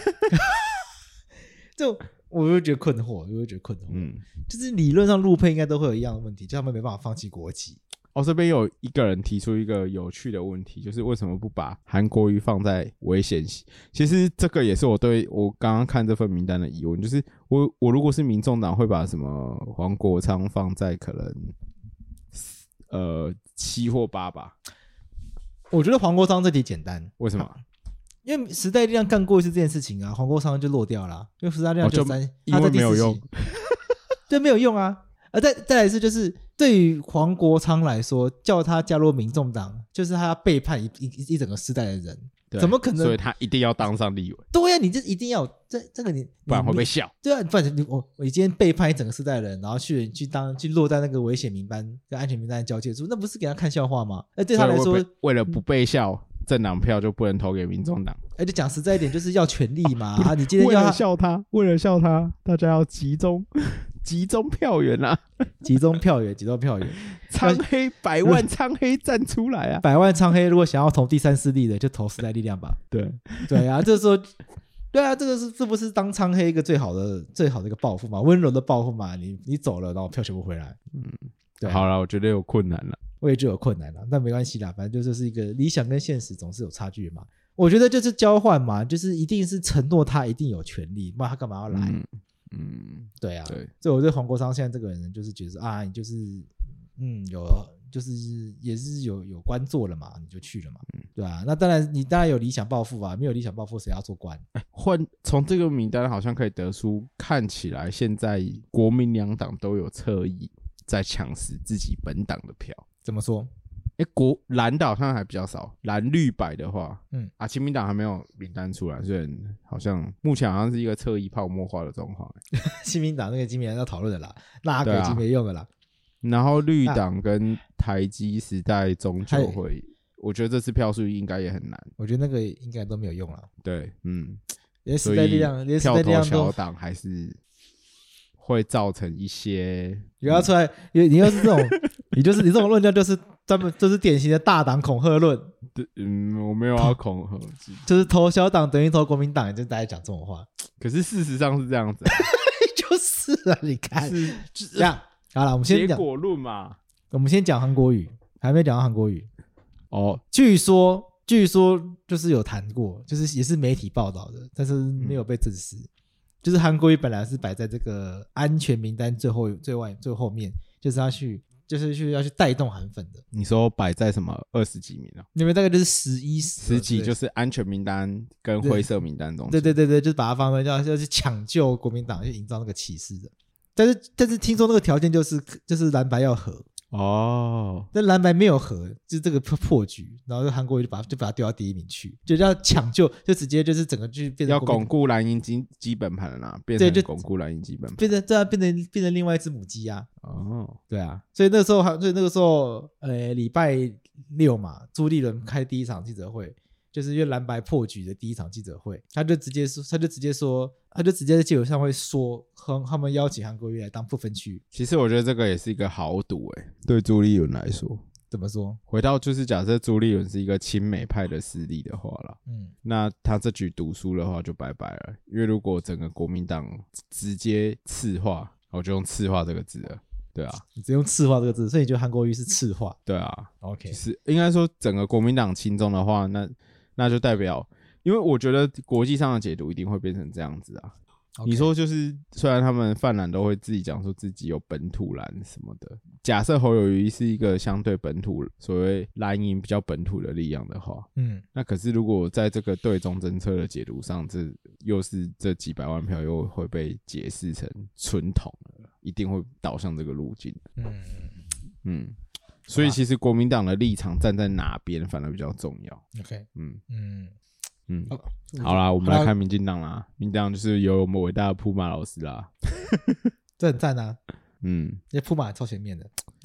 就我就觉得困惑，我就觉得困惑。嗯，就是理论上陆配应该都会有一样的问题，就他们没办法放弃国籍。 哦，这边有一个人提出一个有趣的问题，就是为什么不把韩国瑜放在危险系？其实这个也是我对我刚刚看这份名单的疑问，就是我我如果是民众党，会把什么黄国昌放在可能呃七或八吧？ 我觉得黄国昌这题简单， 为什么？ 因为时代力量干过一次这件事情啊，黄国昌就落掉了、啊，因为时代力量就三， 哦、因为没有用， 对，没有用啊。而再再来是，就是对于黄国昌来说，叫他加入民众党，就是他要背叛一一一整个时代的人，怎么可能？ 所以他一定要当上立委。 对呀、啊，你这一定要这这个你， 不然会被笑。 对啊，不然你我我今天背叛一整个时代的人，然后去去当去落在那个危险名单跟安全名单的交界处，那不是给他看笑话吗？那对他来说， 为了不被笑。嗯政党票就不能投给民众党， 哎，就讲实在一点，就是要权力嘛。啊，你今天要为了笑他，为了笑他，大家要集中集中票源啊， 集中票源，集中票源， 苍黑百万苍黑站出来啊！ 百万苍黑，如果想要投第三势力的，就投时代力量吧。 对对啊，这时候，对啊，这个是这不是当苍黑一个最好的最好的一个报复嘛，温柔的报复嘛。你你走了，然后票全部回来。嗯，对、啊。 好了，我觉得有困难了。 我也觉得有困难了，但没关系啦，反正就是一个理想跟现实总是有差距嘛。我觉得就是交换嘛，就是一定是承诺他一定有权利，不然他干嘛要来？嗯，嗯对啊，对，所以我对黄国昌现在这个人就是觉得啊，你就是嗯有就是也是有有官做了嘛，你就去了嘛，嗯、对啊。那当然你当然有理想抱负啊，没有理想抱负谁要做官？ 换从这个名单好像可以得出，看起来现在国民两党都有侧翼在抢食自己本党的票。 怎么说？ 哎，国蓝的好像还比较少，蓝绿白的话， 嗯啊，亲民党还没有名单出来，虽然好像目前好像是一个侧翼泡沫化的状况。 亲民党那个今年要讨论的啦，那个已经没用了啦。啊、 然后绿党跟台积时代终究会，我觉得这次票数应该也很难。 我觉得那个应该都没有用了。 对，嗯， 连时代力量，连时代力量都票投小党还是会造成一些。 有要出来，你你要是这种。你就是你这种论调，就是专门就是典型的大党恐吓论。 对，嗯，我没有要恐吓， 就是投小党等于投国民党，就大家讲这种话。 可是事实上是这样子、啊， 就是啊，你看， 是这样好了，我们先讲结果论嘛。 我们先讲韩国瑜，还没讲到韩国瑜哦。 据说，据说就是有谈过，就是也是媒体报道的，但是没有被证实。嗯、就是韩国瑜本来是摆在这个安全名单最后最外最后面，就是他去。就是去要去带动韩粉的。 你说摆在什么二十几名啊？ 你们大概就是十一十几，就是安全名单跟灰色名单中。 对对对对，就是把它放在要要去抢救国民党，去营造那个气势的。但是但是听说那个条件就是就是蓝白要合哦， 但蓝白没有合，就是这个破局，然后韩国瑜就把就把它丢到第一名去，就要抢救，就直接就是整个就变成要巩固蓝营基基本盘了啦，变成巩固蓝营基本盘， 变成这样变成变成另外一只母鸡啊。 哦， 对啊，所以那时候所以那个时候呃礼拜六嘛，朱立伦开第一场记者会，就是因为蓝白破局的第一场记者会，他就直接说他就直接说他就直接在记者上会说他们邀请韩国瑜来当不分区。 其实我觉得这个也是一个豪赌诶，对朱立伦来说。 怎么说？ 回到就是假设朱立伦是一个亲美派的势力的话啦，嗯，那他这局赌输的话就拜拜了，因为如果整个国民党直接赤化，我就用赤化这个字了。对啊， 你只用赤化这个字，所以你觉得韩国瑜是赤化？ 对啊 ，OK， 是应该说整个国民党亲中的话，那那就代表，因为我觉得国际上的解读一定会变成这样子啊。Okay. 你说就是虽然他们泛蓝都会自己讲说自己有本土蓝什么的，假设侯友宜是一个相对本土所谓蓝营比较本土的力量的话，嗯，那可是如果在这个对中政策的解读上，这又是这几百万票又会被解释成纯统了，一定会导向这个路径。嗯嗯，所以其实国民党的立场站在哪边反而比较重要。 OK， 嗯嗯。 嗯，好啦，我们来看民进党啦。民进党就是有我们伟大的普马老师啦， 这很赞啊。 嗯， 因为普马超前面的。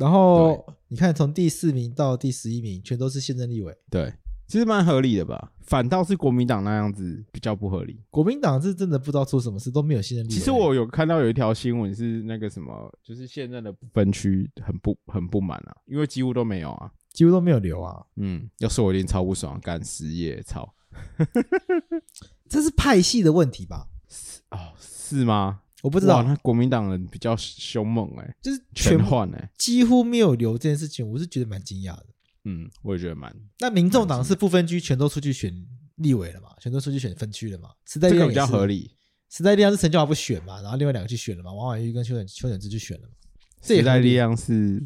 然后你看从第四名到第十一名全都是现任立委， 对，其实蛮合理的吧，反倒是国民党那样子比较不合理。 国民党是真的不知道出什么事，都没有现任立委。 其实我有看到有一条新闻是那个什么，就是现任的分区很不很不满啊，因为几乎都没有啊， 几乎都没有留啊。 嗯，要是我一定超不爽，干失业操。 这是派系的问题吧？ 哦，是吗？ 我不知道， 那国民党人比较凶猛哎、欸， 就是全换哎、欸， 几乎没有留这件事情，我是觉得蛮惊讶的。 嗯，我也觉得蛮。 那民众党是不分区全都出去选立委了嘛？全都出去选分区了嘛？时代力量也是、 这个比较合理。 时代力量是陈椒华不选嘛，然后另外两个去选了嘛，王婉玉跟邱邱显智去选了嘛。 时代力量是。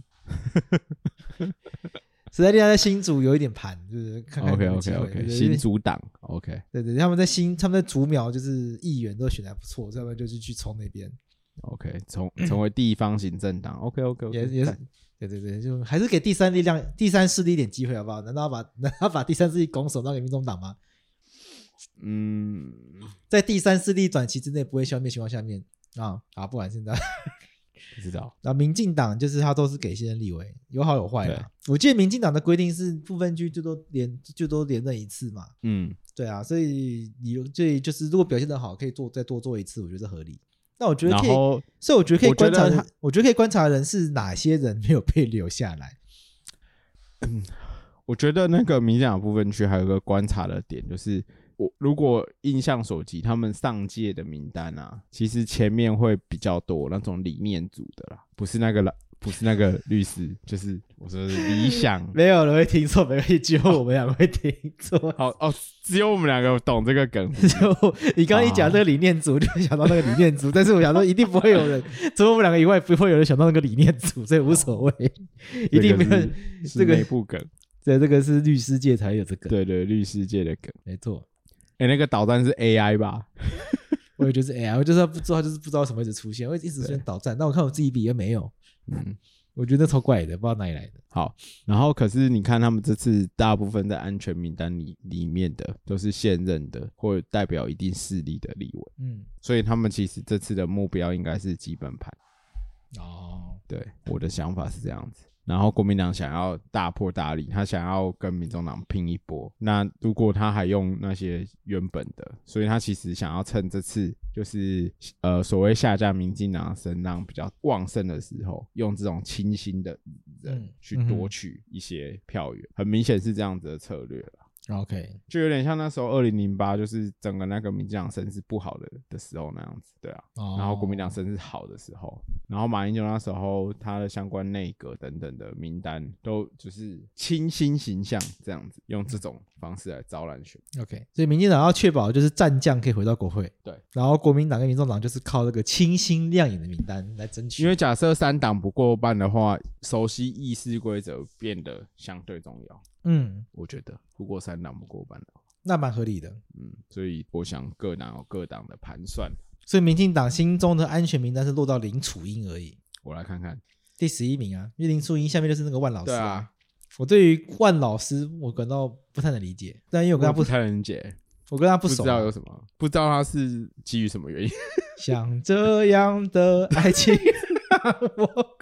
时代力量在新竹有一点盘，就是看看 OK OK OK 新竹党 OK 对对，他们在新他们在竹苗就是议员都选得还不错，所以他们就是去冲那边 OK 成成为地方行政党 OK OK OK 也也是对对对，就还是给第三力量第三势力一点机会好不好？难道要把难道要把第三势力拱手让给民众党吗？嗯，在第三势力短期之内不会消灭情况下面啊啊，不管现在。 不知道， 然后民进党就是他都是给现任立委，有好有坏啦。我记得民进党的规定是不分区最多连最多连任一次嘛。嗯，对啊，所以你所以就是如果表现得好，可以做再多做一次，我觉得合理。那我觉得可以，所以我觉得可以观察，我觉得, 我觉得可以观察的人是哪些人没有被留下来。 嗯，我觉得那个民进党不分区还有一个观察的点就是。我如果印象所及，他们上届的名单啊，其实前面会比较多那种理念组的啦，不是那个不是那个律师，就是我说的理想。 没有人会听错，没关系，只有我们两个会听错。 好哦，只有我们两个懂这个梗。 就你刚刚一讲这个理念组，就想到那个理念组，但是我想说一定不会有人，除了我们两个以外，不会有人想到那个理念组，所以无所谓，一定没有人。 这个内部梗， 对，这个是律师界才有这个。 对对，律师界的梗， 没错。 哎、欸，那个导弹是 A I 吧？ 我也觉得是 A I， 我就是不知道，就是不知道什么一直出现，我一直出现导弹，但我看我自己比也没有，嗯，我觉得超怪的，不知道哪里来的。 好，然后可是你看他们这次大部分在安全名单里里面的都是现任的或者代表一定势力的立委，嗯，所以他们其实这次的目标应该是基本盘。哦，对，我的想法是这样子。然后国民党想要大破大立，他想要跟民众党拼一波。那如果他还用那些原本的，所以他其实想要趁这次就是呃所谓下架民进党声浪比较旺盛的时候，用这种清新的人去夺取一些票源，嗯嗯、很明显是这样子的策略啦。 OK， 就有点像那时候二零零八，就是整个那个民进党声势不好的的时候那样子，对啊。Oh. 然后国民党声势好的时候，然后马英九那时候他的相关内阁等等的名单都就是清新形象这样子，用这种方式来招揽选。 OK， 所以民进党要确保就是战将可以回到国会， 对。 然后国民党跟民众党就是靠这个清新亮眼的名单来争取。 因为假设三党不过半的话，熟悉议事规则变得相对重要。嗯，我觉得如果三党不过半的话， 那蛮合理的。 嗯，所以我想各党有各党的盘算。 所以民进党心中的安全名单是落到林楚英而已。 我来看看， 第十一名啊，因为林楚英下面就是那个万老师、啊。 对啊， 我对于万老师我感到不太能理解，但因为我跟他 不, 不太能理解， 我跟他不熟、啊， 不知道有什么，不知道他是基于什么原因。 像这样的爱情让我。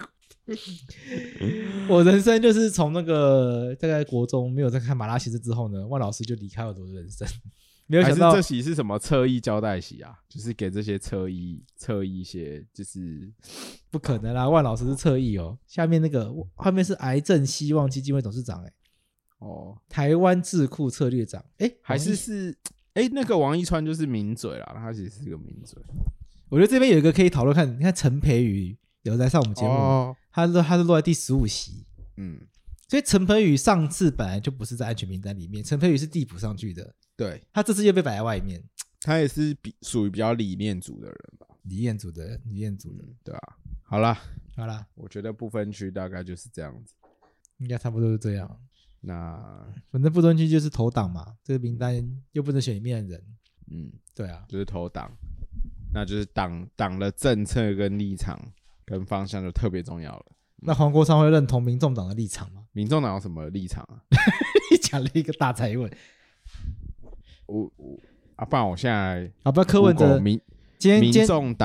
我人生就是从那个大概国中没有在看麻辣先生之后呢，万老师就离开我的人生。没有想到还是这席是什么侧翼交代席啊？就是给这些侧翼侧翼一些，就是不可能啦，万老师是侧翼哦。下面那个后面是癌症希望基金会董事长、欸，哎，哦，台湾智库策略长，哎、欸， 还是是哎、欸、那个王一川就是名嘴啦，他其实是个名嘴。 我觉得这边有一个可以讨论看，你看陈培宇有来上我们节目。哦，他他是落在第十五席，嗯，所以陈培宇上次本来就不是在安全名单里面，陈培宇是递补上去的， 对， 他这次又被摆在外面， 他也是比属于比较理念组的人吧， 理念组的理念组的、嗯， 对啊，好啦好啦， 我觉得不分区大概就是这样子， 应该差不多是这样。 那反正不分区就是投党嘛，这个名单又不能选里面的人， 嗯， 对啊， 就是投党，那就是党党的政策跟立场跟方向就特别重要了。 那黄国昌会认同民众党的立场吗？ 民众党有什么立场啊？ 你讲了一个大哉问。 我我啊，不然我现在啊，不要柯文哲民今天民众党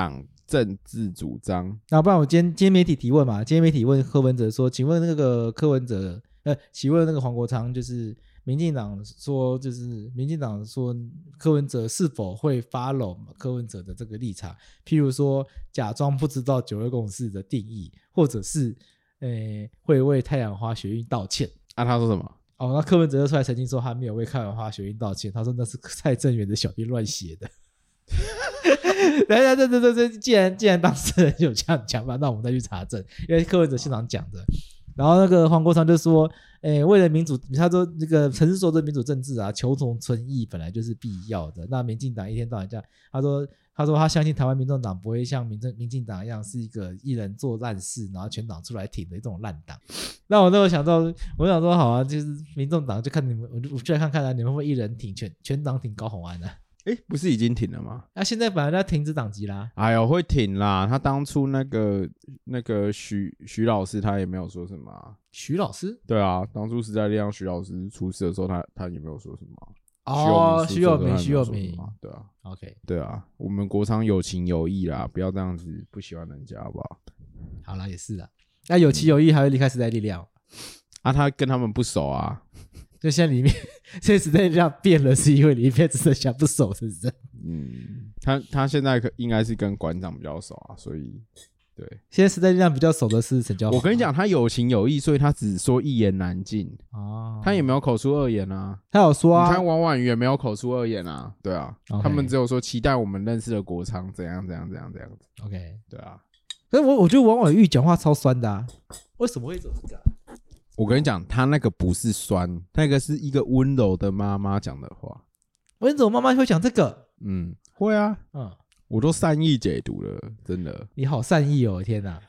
政治主张。 那不然我今天今天媒体提问嘛，今天媒体问柯文哲说，请问那个柯文哲，呃，请问那个黄国昌，就是民进党说，就是民进党说柯文哲是否会 follow 柯文哲的这个立场，譬如说假装不知道九二共识的定义，或者是呃会为太阳花学运道歉。 啊，他说什么？ 哦，那柯文哲就出来澄清说他没有为太阳花学运道歉，他说那是蔡正元的小编乱写的。等一下，对对对对，既然既然当事人有这样讲吧，那我们再去查证，因为柯文哲现场讲的。然后那个黄国昌就说，诶，为了民主，他说那个陈世说这民主政治啊，求同存异本来就是必要的。那民进党一天到晚这样，他说他说他相信台湾民众党不会像民政民进党一样是一个一人做烂事，然后全党出来挺的这种烂党。那我那时候想到，我想说好啊，就是民众党就看你们，我就我就来看看啊，你们会不会一人挺全全党挺高虹安啊？ 哎，不是已经停了吗？ 那、啊、现在本来要停止党籍啦。 哎呦，会停啦！他当初那个那个徐徐老师，他也没有说什么、啊。 徐老师？ 对啊，当初时代力量徐老师出事的时候，他他也没有说什么、 啊。哦，徐有明，徐有明， 对啊 ，OK， 对啊，我们国昌有情有义啦，不要这样子不喜欢人家，好不好？ 好啦，也是啦。那有情有义还会离开时代力量？ 啊，他跟他们不熟啊。 就现在里面，现在时代力量变了，是因为里面真的想不熟的人。 嗯，他他现在应该是跟馆长比较熟啊，所以对。 现在时代力量比较熟的是陈椒华。 我跟你讲，他有情有义，所以他只说一言难尽哦，他也没有口出恶言啊。 他有说啊， 你看王婉瑜也没有口出恶言啊，对啊， okay. 他们只有说期待我们认识的国昌怎样怎样怎样怎样子。 OK， 对啊。 可是我我觉得王婉瑜讲话超酸的啊，为什么会走这个、啊？ 我跟你讲，他那个不是酸，那个是一个温柔的妈妈讲的话。 温柔妈妈会讲这个？ 嗯，会啊。嗯，我都善意解读了，真的。 你好善意哦，天哪！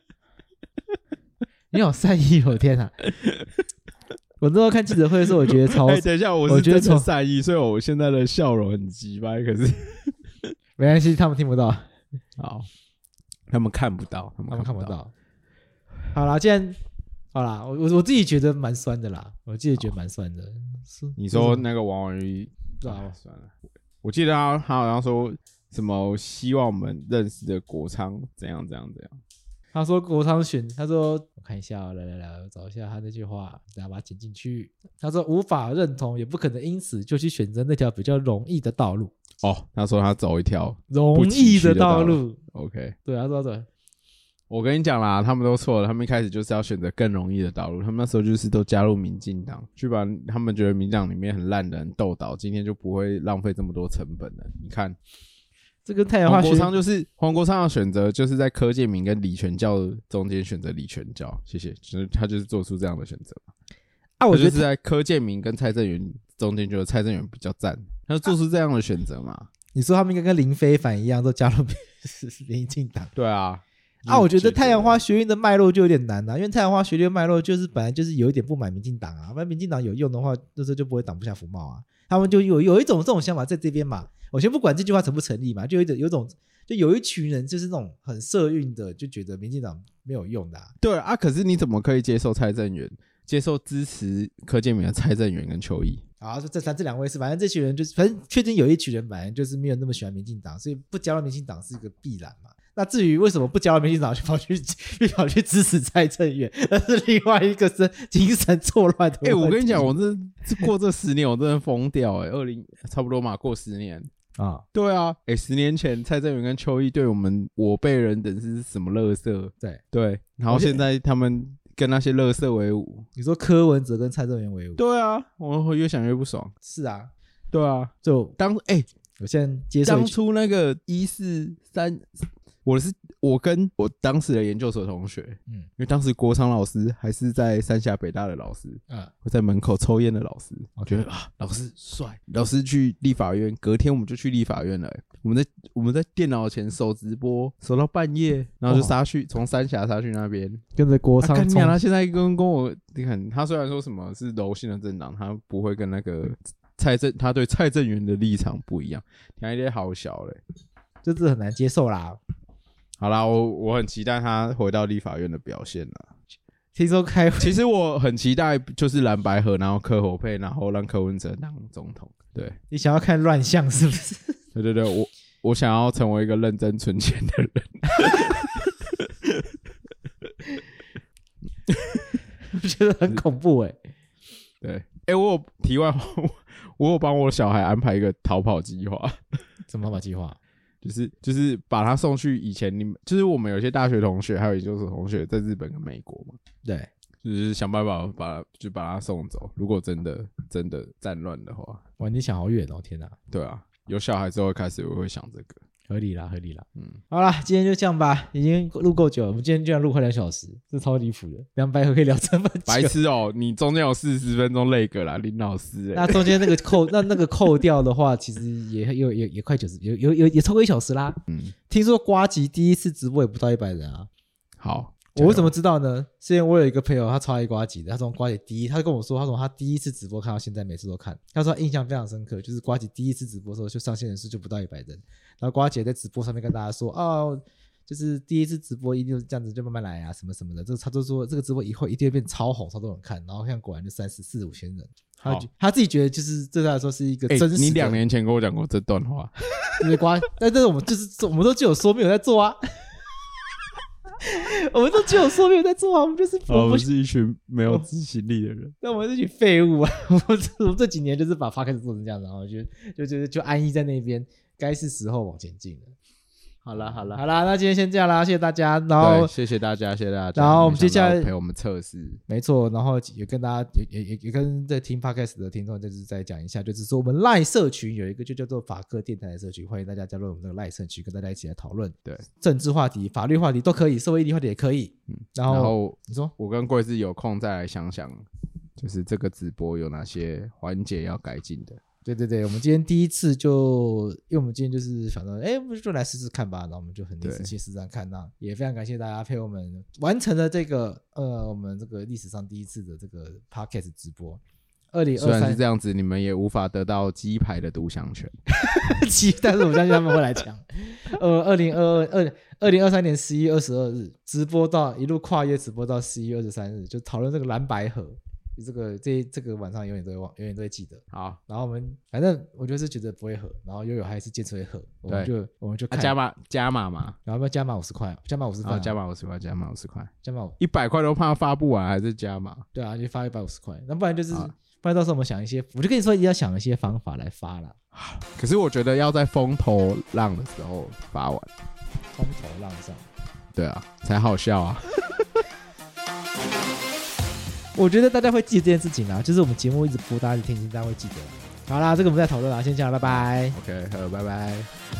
你好善意哦，天哪！我那时候看记者会的时候，我觉得超……哎、 欸，等一下，我是真的善意，所以我现在的笑容很鸡掰，可是没关系，他们听不到。 好，他们看不到，他们看不到。 他们看不到。好啦，既然。好啦，我我自己觉得蛮酸的啦，我自己觉得蛮酸的。 你说那个王婉瑜，对啊，算了。我记得他他好像说什么希望我们认识的国昌怎样怎样怎样。 他说国昌选，他说我看一下、哦，来来来，我找一下他那句话，等下把它剪进去。他说无法认同，也不可能因此就去选择那条比较容易的道路。 哦，他说他走一条容易的道路。 OK， 对，他说对。 我跟你讲啦，他们都错了。他们一开始就是要选择更容易的道路。他们那时候就是都加入民进党，去把他们觉得民进党里面很烂的人斗倒，今天就不会浪费这么多成本了。你看， 这跟太阳花学黄国昌就是黄国昌的选择，就是在柯建铭跟李全教中间选择李全教。谢谢，就是他就是做出这样的选择啊。我觉得就是在柯建铭跟蔡正元中间，觉得蔡正元比较赞，他就做出这样的选择嘛、啊。 你说他们应该跟林非凡一样，都加入民进党？ 对啊。 啊，我觉得太阳花学运的脉络就有点难啊，因为太阳花学运的脉络就是本来就是有一点不满民进党啊，不然民进党有用的话，那时候就不会挡不下福茂啊。他们就有有一种这种想法在这边嘛。我先不管这句话成不成立嘛，就有一种有一种就有一群人就是那种很社运的，就觉得民进党没有用的、啊。 对啊，可是你怎么可以接受蔡正元，接受支持柯建铭的蔡正元跟邱毅？ 好，这三这两位是，反正这群人就是，反正确定有一群人本来就是没有那么喜欢民进党，所以不加入民进党是一个必然嘛。那至于为什么不加入民进党，就跑去跑去支持蔡正元，那是另外一个是精神错乱的问题。 哎、欸，我跟你讲，我真的过这十年，我真的疯掉哎、欸！二零差不多嘛，过十年啊，对啊，哎、欸，十年前蔡正元跟邱毅对我们我辈人等是什么垃圾？ 对对，然后现在他们跟那些垃圾为伍。 你说柯文哲跟蔡正元为伍？ 对啊，我越想越不爽。 是啊， 对啊， 就当哎、欸， 我现在接受当初那个一四三。我是我跟我当时的研究所同学，嗯，因为当时国昌老师还是在三峡北大的老师，嗯，我在门口抽烟的老师，我觉得啊，老师帅，老师去立法院，隔天我们就去立法院了、欸，我们在我们在电脑前守直播，守到半夜，然后就杀去从、哦、三峡杀去那边， 跟着国昌冲、 啊。他现在跟跟我，你看他虽然说什么是柔性的政党，他不会跟那个蔡正，他对蔡正元的立场不一样，听起来好小嘞、欸， 就是很难接受啦。 好啦，我我很期待他回到立法院的表现啦。 听说开会， 其实我很期待就是蓝白合，然后柯侯配，然后让柯文哲当总统。对， 你想要看乱象是不是？ 对对对，我我想要成为一个认真存钱的人。 我觉得很恐怖哎、欸。 对，哎、欸，我有题外话，我有帮我小孩安排一个逃跑计划。 什么逃跑计划？ 就是就是把他送去以前你们，就是我们有些大学同学还有研究所同学在日本跟美国嘛。 对， 就是想办法把就把他送走。如果真的真的战乱的话， 哇，你想好远哦，天哪！ 对啊，有小孩之后开始我会想这个。 合理啦，合理啦。 嗯， 好啦，今天就这样吧，已经录够久了。我们今天居然录快两小时，这超离谱的。两百合可以聊这么久， 白痴哦！你中间有四十分钟累个啦，林老师、欸。 那中间那个扣，那那个扣掉的话，其实也也也也快九十，有有有也超过一小时啦。嗯，听说呱吉第一次直播也不到一百人啊。 好。 我为什么知道呢？是因为我有一个朋友，他超爱呱吉的，他从呱吉第一，他跟我说，他从他第一次直播看到现在，每次都看。他说他印象非常深刻，就是呱吉第一次直播的时候，就上线人数就不到一百人，然后呱吉在直播上面跟大家说，哦，就是第一次直播一定是这样子，就慢慢来啊，什么什么的。这个他就说这个直播以后一定会变超红，超多人看，然后像果然就三十四五千人。他他自己觉得就是对他来说是一个真实的、欸。 你两年前跟我讲过这段话， 因为呱，但这我们就是我们都只有说没有在做啊。我们都只有说没有在做啊，我们就是我们是一群没有执行力的人， 那我们是一群废物啊！我们我们这几年就是把 podcast 做成这样，然后就就就就安逸在那边，该是时候往前进了。好了好了好了，那今天先这样啦，谢谢大家。然后谢谢大家，谢谢大家。 然后我们接下来陪我们测试， 没错。然后也跟大家也也也跟在听 podcast 的听众就是再讲一下，就是说我们 LINE 社群有一个就叫做法克电台的社群，欢迎大家加入我们这个 LINE 社群，跟大家一起来讨论。 对， 政治话题、法律话题都可以，社会议题话题也可以。嗯，然后, 然后你说我跟贵志有空再来想想，就是这个直播有哪些环节要改进的。 对对对，我们今天第一次就，因为我们今天就是想到，哎，我们就来试试看吧，然后我们就很临时去试试看，那也非常感谢大家陪我们完成了这个呃，我们这个历史上第一次的这个 podcast 直播。二零二三虽然是这样子，你们也无法得到鸡排的独享权， 但是我相信他们会来抢。呃，二零二二二二零二三年十一月二十二日直播到一路跨越直播到十一月二十三日，就讨论这个蓝白河。这个这这个晚上永远都会忘，永远都会记得。好，然后我们反正我就是觉得不会合，然后悠悠还是坚持会合，我们就我们就看、 啊、加码加码嘛， 然后要加码五十块，加码五十块、啊哦，加码五十块，加码五十块， 加码一百块都怕发不完，还是加码？ 对啊，就发一百五十块，那不然就是、啊、不然到时候我们想一些，我就跟你说一定要想一些方法来发啦。 可是我觉得要在风头浪的时候发完， 风头浪上， 对啊，才好笑啊。 我觉得大家会记得这件事情啊，就是我们节目一直播，大家一直听，大家会记得。好啦，这个我们再讨论啦，先这样，拜拜。 OK， 好，拜拜。